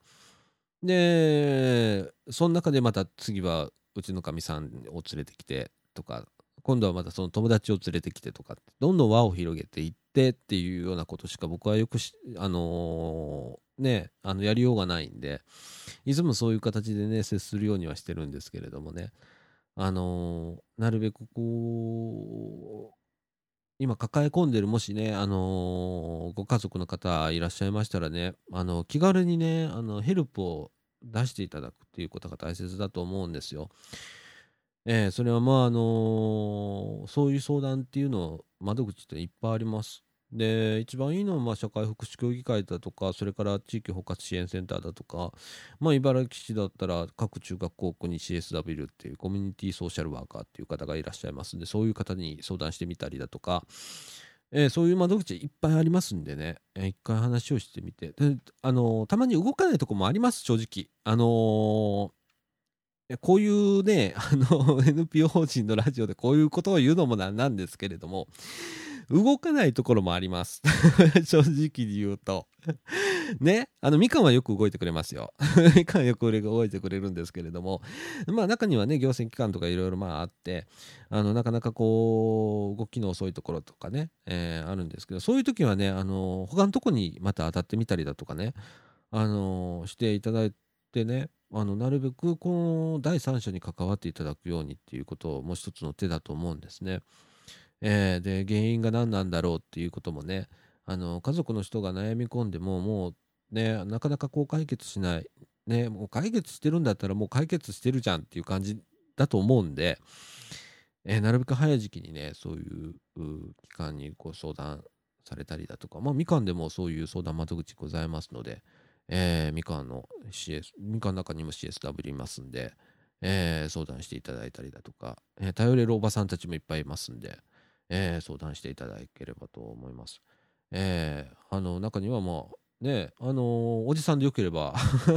で、その中でまた次はうちのかみさんを連れてきてとか、今度はまたその友達を連れてきてとかって、どんどん輪を広げていってっていうようなことしか僕はよくし、あのーね、あのやりようがないんで、いつもそういう形でね、接するようにはしてるんですけれどもね、あのーなるべくこう、今抱え込んでるもしね、あのーご家族の方いらっしゃいましたらね、あの、気軽にね、あの、ヘルプを出していただくっていうことが大切だと思うんですよ。ええ、それはまあ、あの、そういう相談っていうの、窓口っていっぱいあります。で、一番いいのは、まあ、社会福祉協議会だとか、それから地域包括支援センターだとか、まあ、茨城市だったら各中学校区に シーエスダブリュー っていうコミュニティソーシャルワーカーっていう方がいらっしゃいますんで、そういう方に相談してみたりだとか、えーそういう窓口いっぱいありますんでね、えー一回話をしてみて、で、あのーたまに動かないとこもあります、正直。あのーやこういうね、あの、エヌピーオー 法人のラジオでこういうことを言うのもなんなんですけれども、動かないところもあります。正直に言うと。ね。あの、みかんはよく動いてくれますよ。みかんはよく動いてくれるんですけれども、まあ中にはね、行政機関とかいろいろまああって、あの、なかなかこう、動きの遅いところとかね、えーあるんですけど、そういう時はね、あの、他のとこにまた当たってみたりだとかね、あの、していただいてね、あの、なるべくこの第三者に関わっていただくようにっていうことをもう一つの手だと思うんですね。えーで、原因が何なんだろうっていうこともね、あの、家族の人が悩み込んでも、もうね、なかなかこう解決しない。ね、もう解決してるんだったらもう解決してるじゃんっていう感じだと思うんで、えーなるべく早い時期にね、そういうう機関にご相談されたりだとか、まあ、みかんでもそういう相談窓口ございますので、えーみかんの シーエス、みかんの中にも シーエスダブリュー いますんで、えー相談していただいたりだとか、えー頼れるおばさんたちもいっぱいいますんで、えー相談していただければと思います。えーあの、中にはまあ、ね、あのーおじさんでよければ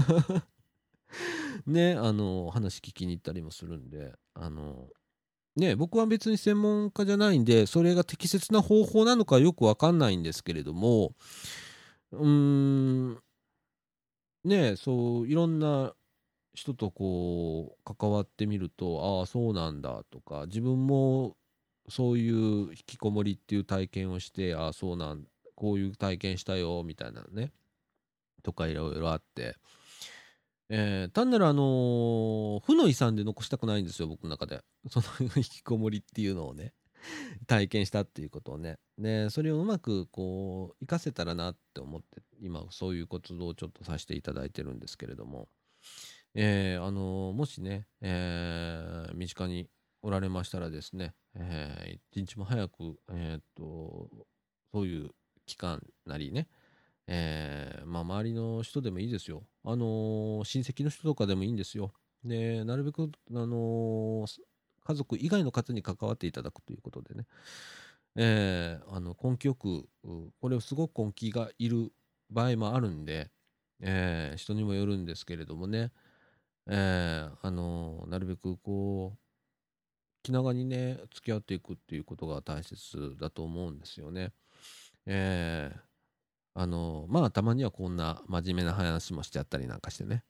ね、あのー話聞きに行ったりもするんで、あのーね、僕は別に専門家じゃないんで、それが適切な方法なのかよくわかんないんですけれども、うーん、ね、そう、いろんな人とこう、関わってみると、ああ、そうなんだとか、自分もそういう引きこもりっていう体験をして、ああ、そうなん、こういう体験したよ、みたいなね、とかいろいろあって、 えー単なるあのー負の遺産で残したくないんですよ、僕の中で。その引きこもりっていうのをね、体験したっていうことをね。で、それをうまくこう、活かせたらなって思って、今そういう活動をちょっとさせていただいてるんですけれども、えーあのーもしね、えー身近におられましたらですね、えー一日も早く、えーっと、そういう期間なりね、えーまあ、周りの人でもいいですよ。あのー親戚の人とかでもいいんですよ。で、なるべく、あのーす家族以外の方に関わっていただくということでね、えーあの根気よく、うこれすごく根気がいる場合もあるんで、えー人にもよるんですけれどもね、えーあのーなるべくこう、気長にね、付き合っていくっていうことが大切だと思うんですよね。えーあの、まあ、たまにはこんな真面目な話もしちゃったりなんかしてね。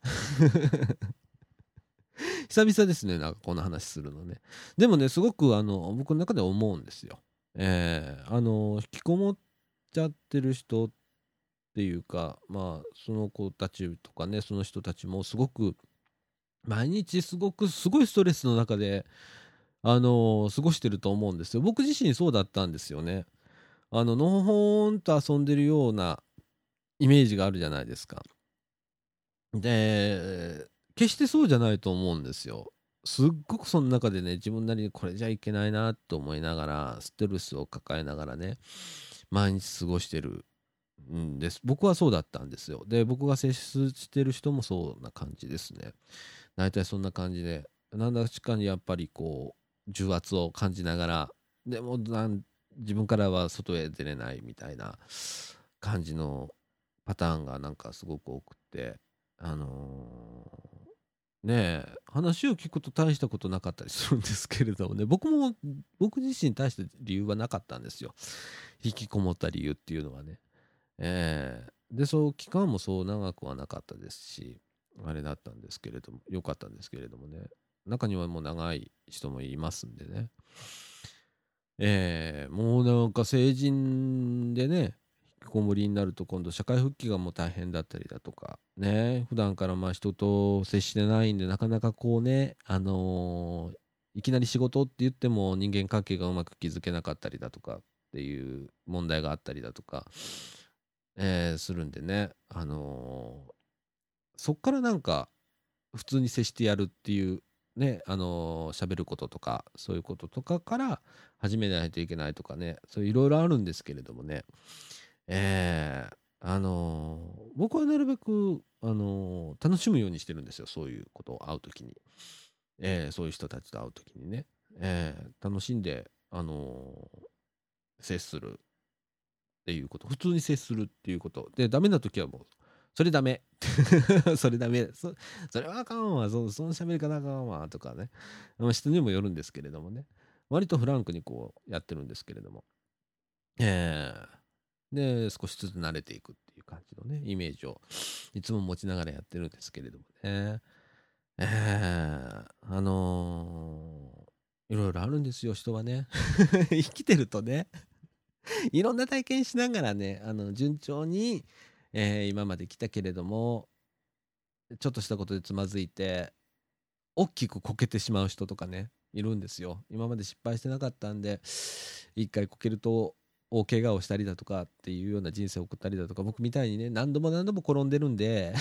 久々ですね、なんかこんな話するのね。でもね、すごくあの、僕の中で思うんですよ。えーあの、引きこもっちゃってる人っていうか、まあ、その子たちとかね、その人たちもすごく、毎日すごく、すごいストレスの中で、あの過ごしてると思うんですよ。僕自身そうだったんですよね。あの、のほほんと遊んでるようなイメージがあるじゃないですか。で、決してそうじゃないと思うんですよ。すっごくその中でね、自分なりにこれじゃいけないなと思いながら、ストレスを抱えながらね、毎日過ごしてるんです。僕はそうだったんですよ。で、僕が接してる人もそんな感じですね。大体そんな感じで、なんだかにやっぱりこう、重圧を感じながら、でもなん自分からは外へ出れないみたいな感じのパターンがなんかすごく多くて、あのーねえ、話を聞くと大したことなかったりするんですけれどもね、僕も、僕自身大した理由はなかったんですよ。引きこもった理由っていうのはね。ええで、そう、期間もそう長くはなかったですし、あれだったんですけれども、良かったんですけれどもね。中にはもう長い人もいますんでね。ええもうなんか成人でね、引きこもりになると今度社会復帰がもう大変だったりだとか、ね、普段からまあ人と接してないんで、なかなかこうね、あのーいきなり仕事って言っても人間関係がうまく築けなかったりだとかっていう問題があったりだとか、えーするんでね、あのーそっからなんか普通に接してやるっていうね、あのー喋ることとかそういうこととかから始めないといけないとかね、そういういろいろあるんですけれどもね、えーあのー僕はなるべく、あのー楽しむようにしてるんですよ、そういうことを会うときに、えーそういう人たちと会うときにね、えー楽しんで、あのー接するっていうこと、普通に接するっていうこと。で、ダメな時はもう、それダメ。それダメ。そ、それはあかんわ。そ、その喋り方あかんわ。とかね。まあ人にもよるんですけれどもね。割とフランクにこうやってるんですけれども。えーで、少しずつ慣れていくっていう感じのね、イメージをいつも持ちながらやってるんですけれどもね。えー、あのーいろいろあるんですよ、人はね。生きてるとね。いろんな体験しながらね、あの、順調に、えー今まで来たけれども、ちょっとしたことでつまずいて、大きくこけてしまう人とかね、いるんですよ。今まで失敗してなかったんで、一回こけると、大怪我をしたりだとかっていうような人生を送ったりだとか、僕みたいにね、何度も何度も転んでるんで、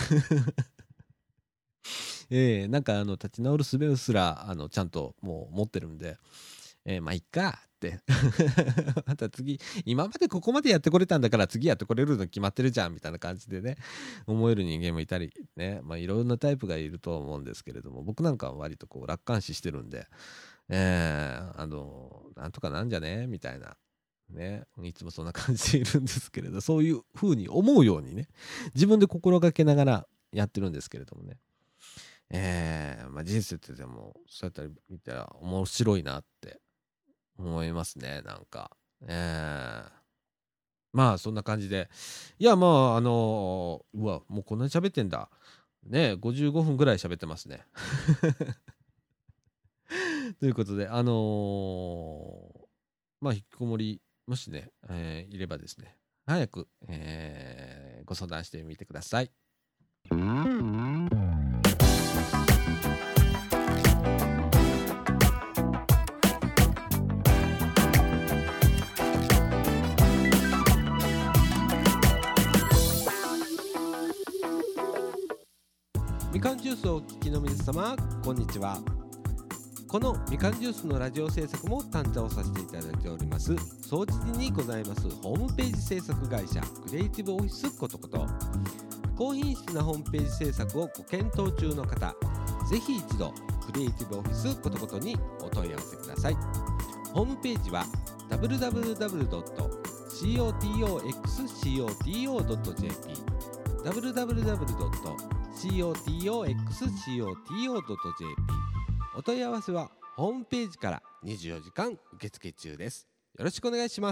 えーなんかあの、立ち直る術すら、あの、ちゃんともう持ってるんで、えーまあ、いっかってまた次、今までここまでやってこれたんだから次やってこれるの決まってるじゃんみたいな感じでね、思える人間もいたりね、まあいろんなタイプがいるとは思うんですけれども、僕なんかは割とこう楽観視してるんで、えー、あの、なんとかなんじゃねみたいな。ね、いつもそんな感じでいるんですけれど、そういう風に思うようにね、自分で心がけながらやってるんですけれどもね。えー、まあ人生ってでも、そうやったら見たら面白いなって思いますね、なんか。えー、まあ、そんな感じで。いや、まあ、あのーうわ、もうこんなに喋ってんだ。ね、ごじゅうごふんぐらい喋ってますね。ということで、あのーまあ、引きこもり、もしね、えーいればですね、早く、えーご相談してみてください。 ジュースをお聞きの皆様、こんにちは。このみかんジュースのラジオ制作も担当させていただいております総知にございますホームページ制作会社クリエイティブオフィスことこと。高品質なホームページ制作をご検討中の方、ぜひ一度クリエイティブオフィスことことにお問い合わせください。ホームページは ダブリュダブリュダブリュドットコトコトドットジェーピー ダブリュダブリュダブリュドットコトコトドットジェーピー お問い合わせはホームページからにじゅうよじかん受付中です。よろしくお願いします。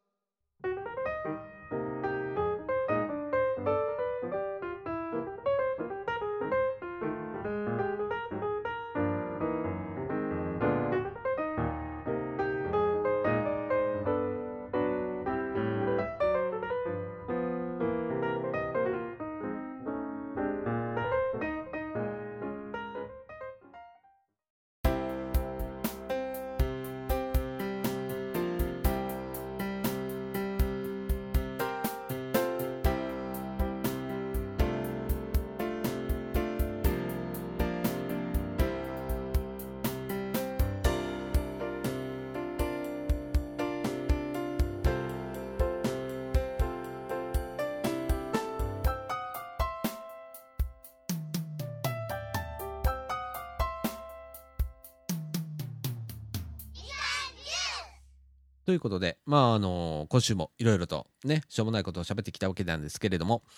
ということで、まああの今週もいろいろとね、しょうもないことを喋ってきたわけなんですけれども、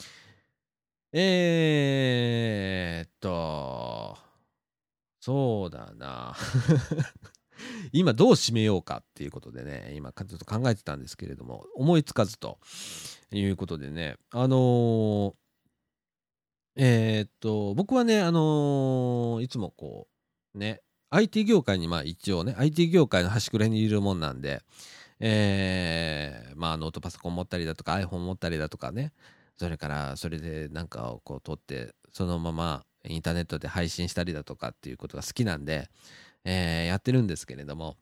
えーっとそうだな今どう締めようかっていうことでね、今ちょっと考えてたんですけれども、思いつかずということでね、あのー、えーっと僕はね、あのー、いつもこうね アイティー 業界にまあ一応ね アイティー 業界の端くれにいるもんなんで、えー、まあノートパソコン持ったりだとか iPhone 持ったりだとかね、それからそれでなんかをこう撮ってそのままインターネットで配信したりだとかっていうことが好きなんで、えーやってるんですけれども、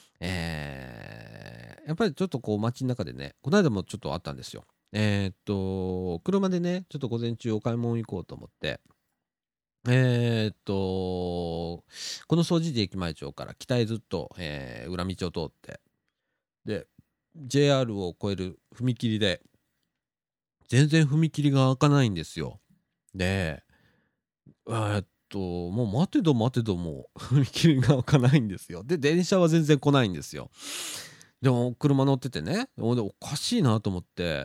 えーやっぱりちょっとこう街の中でね、この間もちょっとあったんですよ。えーっと車でねちょっと午前中お買い物行こうと思って、えーっとこの掃除時駅前町から北へずっと、えー裏道を通って、で ジェイアール を越える踏切で全然踏切が開かないんですよ。で、えーっともう待てど待てども踏切が開かないんですよ。で電車は全然来ないんですよ。でも車乗っててね、おでおかしいなと思って、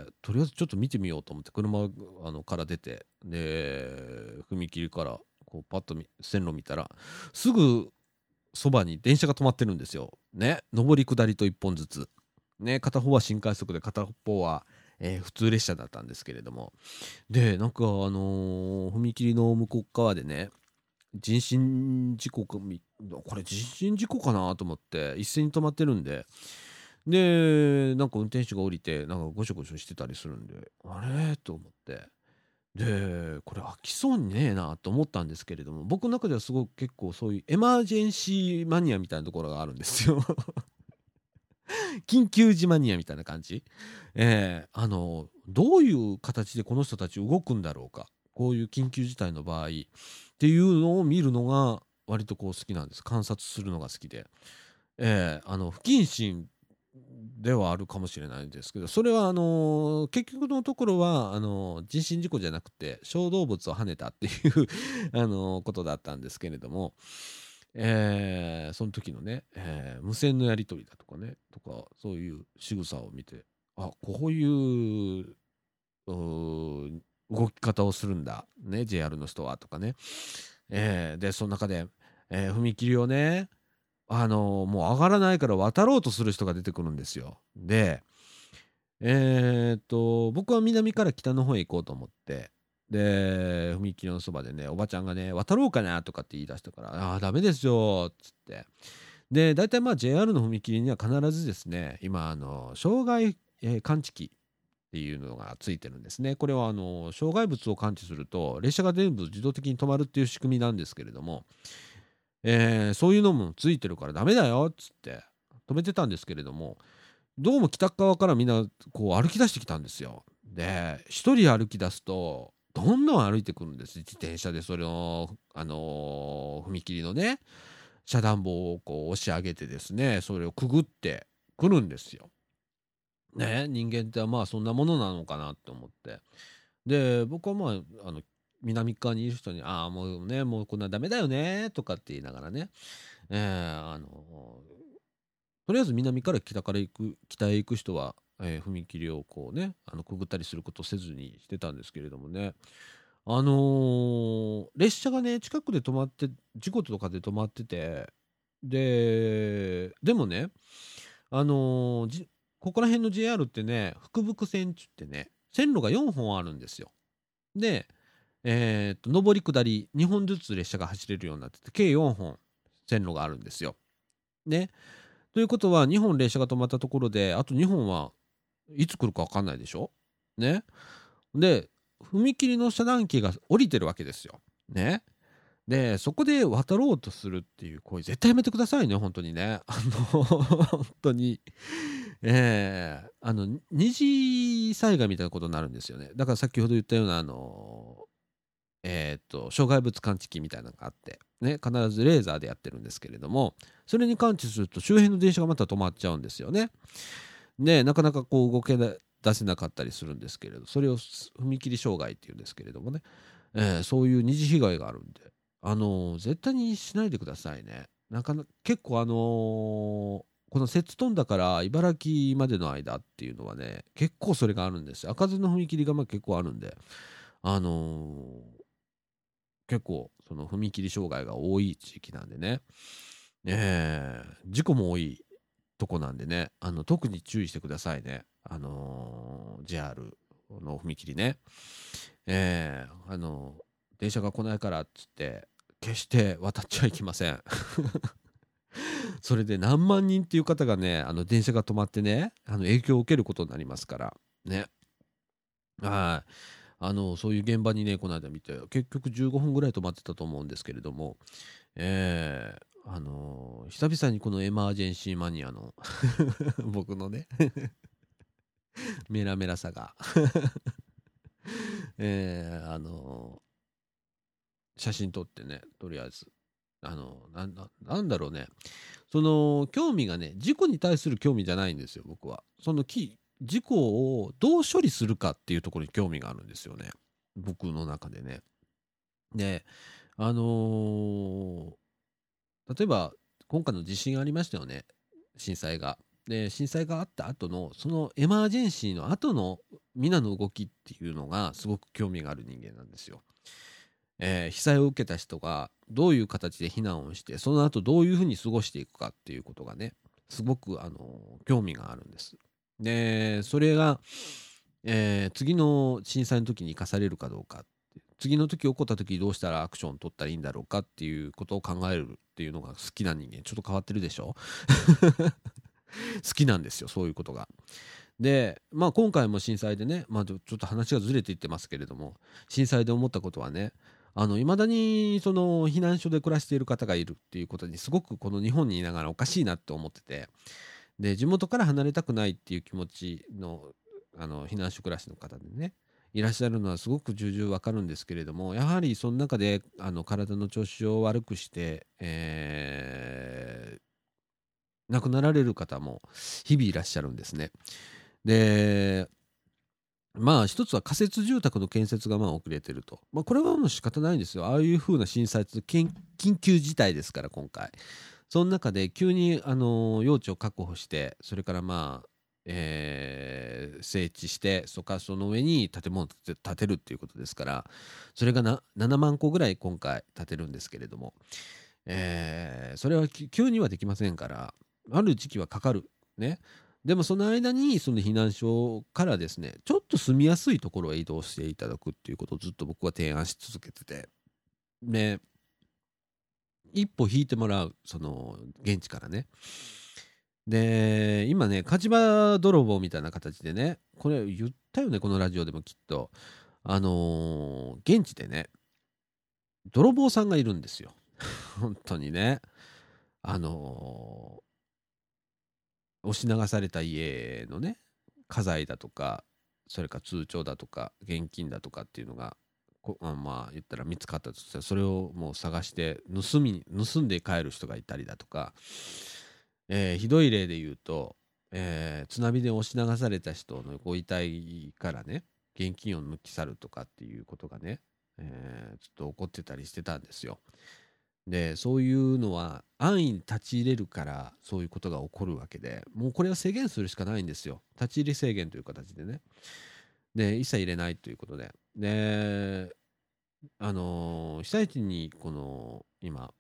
とりあえずちょっと見てみようと思って車あのから出て、で踏切からこうパッと見線路見たら、すぐそばに電車が止まってるんですよ。ね、上り下りといっぽんずつ。ね、片方は新快速で片方は、えー普通列車だったんですけれども。で、なんかあのー踏切の向こう側でね、人身事故かみ、これ人身事故かなと思って一斉に止まってるんで、で、なんか運転手が降りて、なんかゴショゴショしてたりするんで、あれと思って。で、これ飽きそうにねえなと思ったんですけれども、僕の中ではすごく結構そういうエマージェンシーマニアみたいなところがあるんですよ。緊急時マニアみたいな感じ。えーあの、どういう形でこの人たち動くんだろうか。こういう緊急事態の場合っていうのを見るのが割とこう好きなんです。観察するのが好きで。えーあの、不謹慎ではあるかもしれないんですけど、それはあのー結局のところはあのー人身事故じゃなくて小動物を跳ねたっていうあのーことだったんですけれども、えーその時のね、えー無線のやり取りだとかねとかそういう仕草を見て、あ、こういううー動き方をするんだね ジェイアール の人はとかね、えーでその中で、えー踏切をね、あのもう上がらないから渡ろうとする人が出てくるんですよ。で、えーっと、僕は南から北の方へ行こうと思って、で、踏切のそばでね、おばちゃんがね、渡ろうかなとかって言い出したから、ああー、ダメですよ、っつって。で、大体まあ ジェイアール の踏切には必ずですね、今、あの、障害、えー感知器っていうのがついてるんですね。これはあの、障害物を感知すると、列車が全部自動的に止まるっていう仕組みなんですけれども、えーそういうのもついてるからダメだよっつって止めてたんですけれども、どうも北側からみんなこう歩き出してきたんですよ。で、一人歩き出すとどんどん歩いてくるんです。自転車でそれを、あのー踏切のね、遮断棒をこう押し上げてですね、それをくぐってくるんですよ。ね、人間ってまあそんなものなのかなって思って。で、僕はまあ、あの、南側にいる人に、ああ、もうね、もうこんなダメだよね、とかって言いながらね、えーあのとりあえず南から北から行く、北へ行く人は、えー踏切をこうね、あのくぐったりすることせずにしてたんですけれどもね、あのー列車がね、近くで止まって、事故とかで止まってて、で、でもね、あのーじここら辺の ジェイアール ってね、福福線っつってね、線路がよんほんあるんですよ。で、えーっと、上り下りにほんずつ列車が走れるようになってて、計よんほん線路があるんですよ。ね。ということは、にほん列車が止まったところで、あとにほんはいつ来るか分かんないでしょ。ね。で、踏切の遮断機が降りてるわけですよ。ね。で、そこで渡ろうとするっていう行為、絶対やめてくださいね、本当にね。あの、本当に。ええあの、二次災害みたいなことになるんですよね。だから先ほど言ったような、あの、えっと、障害物感知器みたいなのがあって、ね、必ずレーザーでやってるんですけれども、それに感知すると周辺の電車がまた止まっちゃうんですよね。で、なかなかこう動けな出せなかったりするんですけれど、それをす踏切障害っていうんですけれどもね、えーそういう二次被害があるんで、あのー絶対にしないでくださいね。なかなか結構あのーこの摂津富田から茨城までの間っていうのはね、結構それがあるんですよ。開かずの踏切がまあ結構あるんで、あのー結構その踏切障害が多い地域なんでね、えー事故も多いとこなんでね、あの特に注意してくださいね。あのー ジェイアール の踏切ね。えーあのー電車が来ないからっつって、決して渡っちゃいけません。それで何万人っていう方がね、あの電車が止まってね、あの影響を受けることになりますから。ね。はい。あの、そういう現場にね、この間見て、結局じゅうごふんぐらい止まってたと思うんですけれども、ええあのー久々にこのエマージェンシーマニアの僕のねメラメラさがええあのー写真撮ってね、とりあえず。あのーなんだ、なんだろうね。その、興味がね、事故に対する興味じゃないんですよ、僕は。そのき、事故をどう処理するかっていうところに興味があるんですよね。僕の中でね。で、あのー例えば、今回の地震ありましたよね。震災が。で、震災があった後の、そのエマージェンシーの後の皆の動きっていうのがすごく興味がある人間なんですよ。えー被災を受けた人がどういう形で避難をして、その後どういうふうに過ごしていくかっていうことがね、すごく、あの興味があるんです。で、それが、えー次の震災の時に生かされるかどうかって、次の時起こった時どうしたらアクションを取ったらいいんだろうかっていうことを考えるっていうのが好きな人間、ちょっと変わってるでしょ。好きなんですよ、そういうことが。で、まあ今回も震災でね、まあちょちょっと話がずれていってますけれども、震災で思ったことはね、あの、未だにその避難所で暮らしている方がいるっていうことにすごくこの日本にいながらおかしいなって思ってて、で、地元から離れたくないっていう気持ちの、あの、避難所暮らしの方でね、いらっしゃるのはすごく重々わかるんですけれども、やはりその中で、あの、体の調子を悪くして、えー亡くなられる方も日々いらっしゃるんですね。で、まあ一つは仮設住宅の建設がまあ遅れてると。まあこれはもう仕方ないんですよ。ああいう風な震災って緊緊急事態ですから今回。その中で急にあの用地を確保して、それからまあ、えー整地して、そこからその上に建物を建て建てるっていうことですから、それがなななまん戸ぐらい今回建てるんですけれども、えーそれはき急にはできませんから、ある時期はかかる。ね。でもその間にその避難所からですね、ちょっと住みやすいところへ移動していただくっていうことをずっと僕は提案し続けてて、で、一歩引いてもらう、その現地からね。で、今ね、火事場泥棒みたいな形でね、これ言ったよね、このラジオでもきっと。あのー現地でね、泥棒さんがいるんですよ。本当にね。あのー押し流された家のね、家財だとか、それから通帳だとか、現金だとかっていうのがこまあ言ったら見つかったとしたら、それをもう探して盗み盗んで帰る人がいたりだとか、えーひどい例で言うと、えー津波で押し流された人のご遺体からね現金を抜き去るとかっていうことがね、えーちょっと起こってたりしてたんですよ。でそういうのは安易に立ち入れるからそういうことが起こるわけで、もうこれは制限するしかないんですよ。立ち入り制限という形でね。で一切入れないということで、であのー被災地にこの今、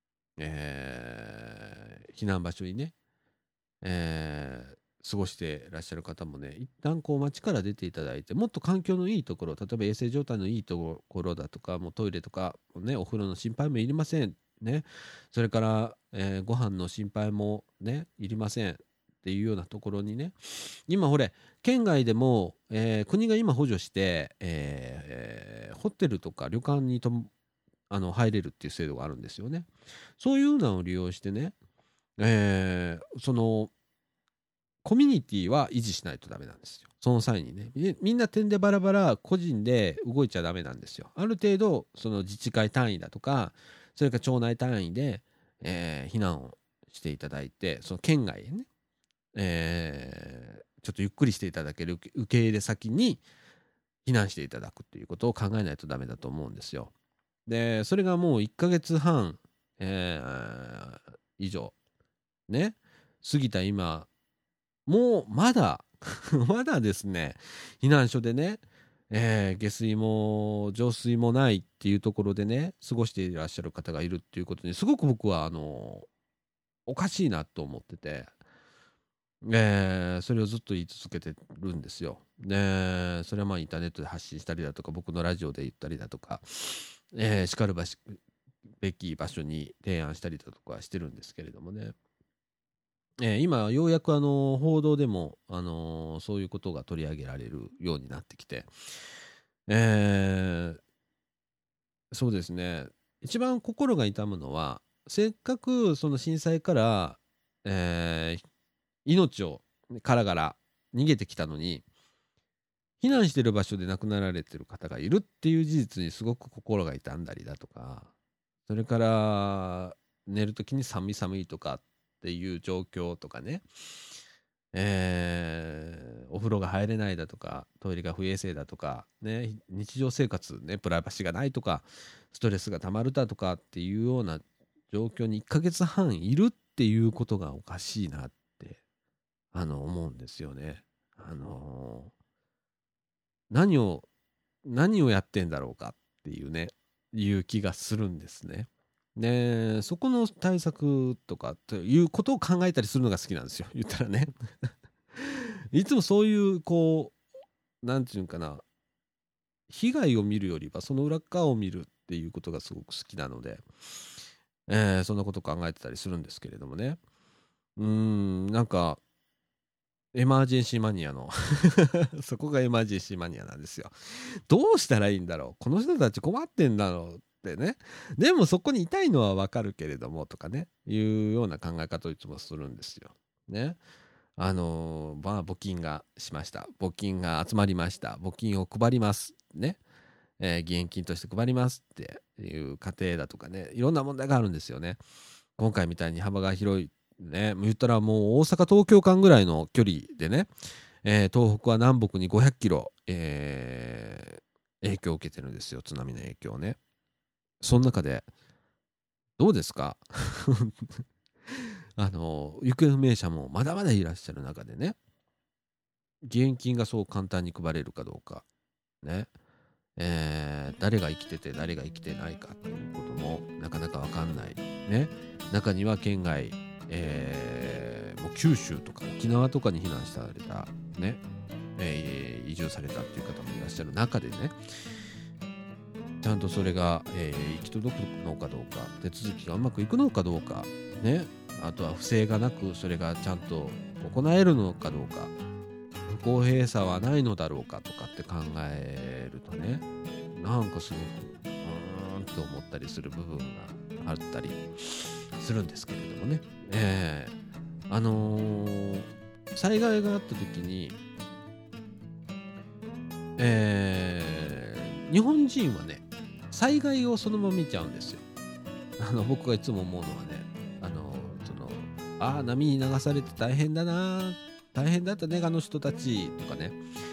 えー避難場所にね、えー過ごしてらっしゃる方もね、一旦こう街から出ていただいて、もっと環境のいいところ、例えば衛生状態のいいところだとか、もうトイレとか、ね、お風呂の心配もいりません。ね。それから、えーご飯の心配もね、いりません。っていうようなところにね、今ほれ、県外でも、えー国が今補助して、えーえーホテルとか旅館にともあの入れるっていう制度があるんですよね。そういうのを利用してね、えーそのコミュニティは維持しないとダメなんですよ。その際にね。みみんな点でバラバラ個人で動いちゃダメなんですよ。ある程度、その自治会単位だとか、それから町内単位で、えー避難をしていただいて、その県外へね、えーちょっとゆっくりしていただける受け受け入れ先に避難していただくっていうことを考えないとダメだと思うんですよ。で、それがもういっかげつはん、えー以上、ね、過ぎた今、もうまだまだですね、避難所でね、えー下水も浄水もないっていうところでね、過ごしていらっしゃる方がいるっていうことに、すごく僕はあのおかしいなと思ってて、えーそれをずっと言い続けてるんですよ。で、それはまあインターネットで発信したりだとか、僕のラジオで言ったりだとか、えー、しかるばしべき場所に提案したりだとかしてるんですけれどもね。えー今ようやくあの報道でも、あのーそういうことが取り上げられるようになってきて、えーそうですね、一番心が痛むのは、せっかくその震災から、えー命をからがら逃げてきたのに、避難してる場所で亡くなられてる方がいるっていう事実にすごく心が痛んだりだとか、それから寝るときに寒い寒いとかっていう状況とかね、えーお風呂が入れないだとか、トイレが不衛生だとか、ね、日常生活ね、プライバシーがないとか、ストレスがたまるだとかっていうような状況にいっかげつはんいるっていうことがおかしいなってあの思うんですよね。あのー何を何をやってんだろうかっていうね、いう気がするんですね。で、そこの対策とかということを考えたりするのが好きなんですよ。言ったらね。いつもそういうこう、なんていうのかな、被害を見るよりはその裏側を見るっていうことがすごく好きなので、えーそんなこと考えてたりするんですけれどもね。うーん、なんか、エマージェンシーマニアのそこがエマージェンシーマニアなんですよ。どうしたらいいんだろう、この人たち困ってんだろうってね。でもそこにいたいのはわかるけれどもとかね、いうような考え方をいつもするんですよ。ね。あのーまあ募金がしました。募金が集まりました。募金を配ります。ね。えー義援金として配りますっていう過程だとかね、いろんな問題があるんですよね。今回みたいに幅が広いね、言ったらもう大阪東京間ぐらいの距離でね、えー東北は南北にごひゃくキロ、えー影響を受けてるんですよ、津波の影響ね。その中でどうですかあの行方不明者もまだまだいらっしゃる中でね、義援金がそう簡単に配れるかどうかね、えー誰が生きてて誰が生きてないかっていうこともなかなかわかんないね。中には県外、えーもう九州とか沖縄とかに避難されたね、えー移住されたっていう方もいらっしゃる中でね、ちゃんとそれが、えー行き届くのかどうか、手続きがうまくいくのかどうかね、あとは不正がなくそれがちゃんと行えるのかどうか、不公平さはないのだろうかとかって考えるとね、なんかすごくうーんと思ったりする部分があったりするんですけれどもね、えー、あのー災害があった時に、えー日本人はね災害をそのまま見ちゃうんですよ。あの僕がいつも思うのはね、あのそのああ波に流されて大変だな、大変だったねあの人たちとかね、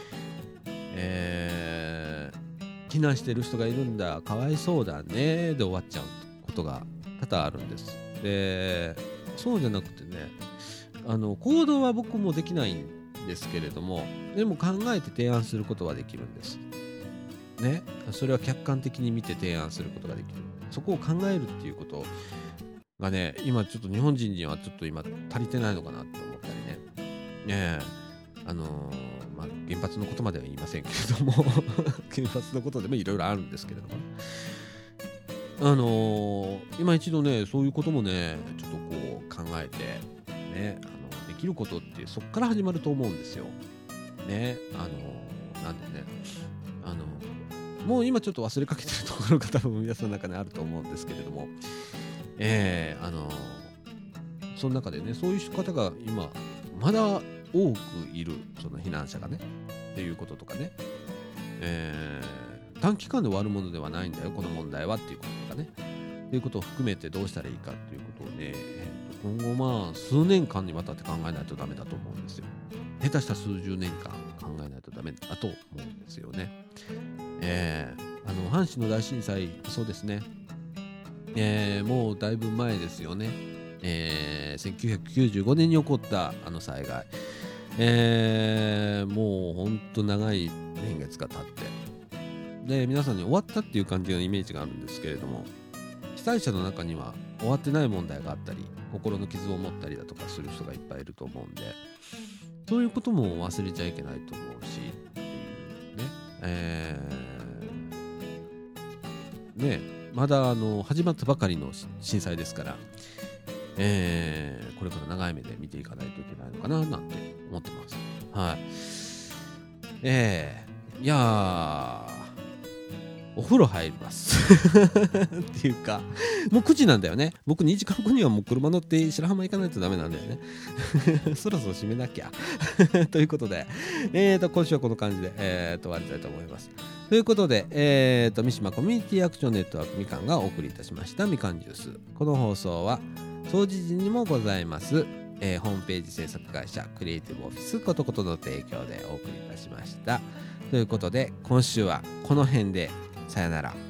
えー、避難してる人がいるんだ、かわいそうだねで終わっちゃうことが多々あるんです。でそうじゃなくてね、あの行動は僕もできないんですけれども、でも考えて提案することはできるんですね。それは客観的に見て提案することができる。そこを考えるっていうことがね、今ちょっと日本人にはちょっと今足りてないのかなって思ったりね。ねえ、あのー、まあ原発のことまでは言いませんけれども原発のことでもいろいろあるんですけれども、あのー、今一度ね、そういうこともね、ちょっとこう考えてね、あのできることってそこから始まると思うんですよ。ね、あのー、なんでね、あのもう今ちょっと忘れかけてるところが多分皆さんの中にあると思うんですけれども、えー、あのその中でね、そういう方が今まだ多くいる、その避難者がねっていうこととかね、えー、短期間で終わるものではないんだよこの問題はっていうこととかね、っていうことを含めてどうしたらいいかっていうことをね、えー、と今後まあ数年間にわたって考えないとダメだと思うんですよ。下手した数十年間考えないとダメだと思うんですよね。えー、あの阪神の大震災、そうですね、えー、もうだいぶ前ですよね、えー、せんきゅうひゃくきゅうじゅうごねんに起こったあの災害、えー、もうほんと長い年月が経ってで皆さんに終わったっていう感じのイメージがあるんですけれども、被災者の中には終わってない問題があったり、心の傷を持ったりだとかする人がいっぱいいると思うんで、そういうことも忘れちゃいけないと思うしっていうね、えー、ねまだあの始まったばかりの震災ですから、えー、これから長い目で見ていかないといけないのかななんて思ってます。はい。えー、いやーお風呂入りますっていうか、もうくじなんだよね。僕にじかんごにはもう車乗って白浜行かないとダメなんだよねそろそろ締めなきゃということで、えーと今週はこの感じで、えー、と終わりたいと思います。ということで、えーと三島コミュニティアクションネットワークみかんがお送りいたしましたみかんジュース。この放送は総除時にもございます、えー、ホームページ制作会社クリエイティブオフィスことことの提供でお送りいたしました。ということで今週はこの辺でさよなら。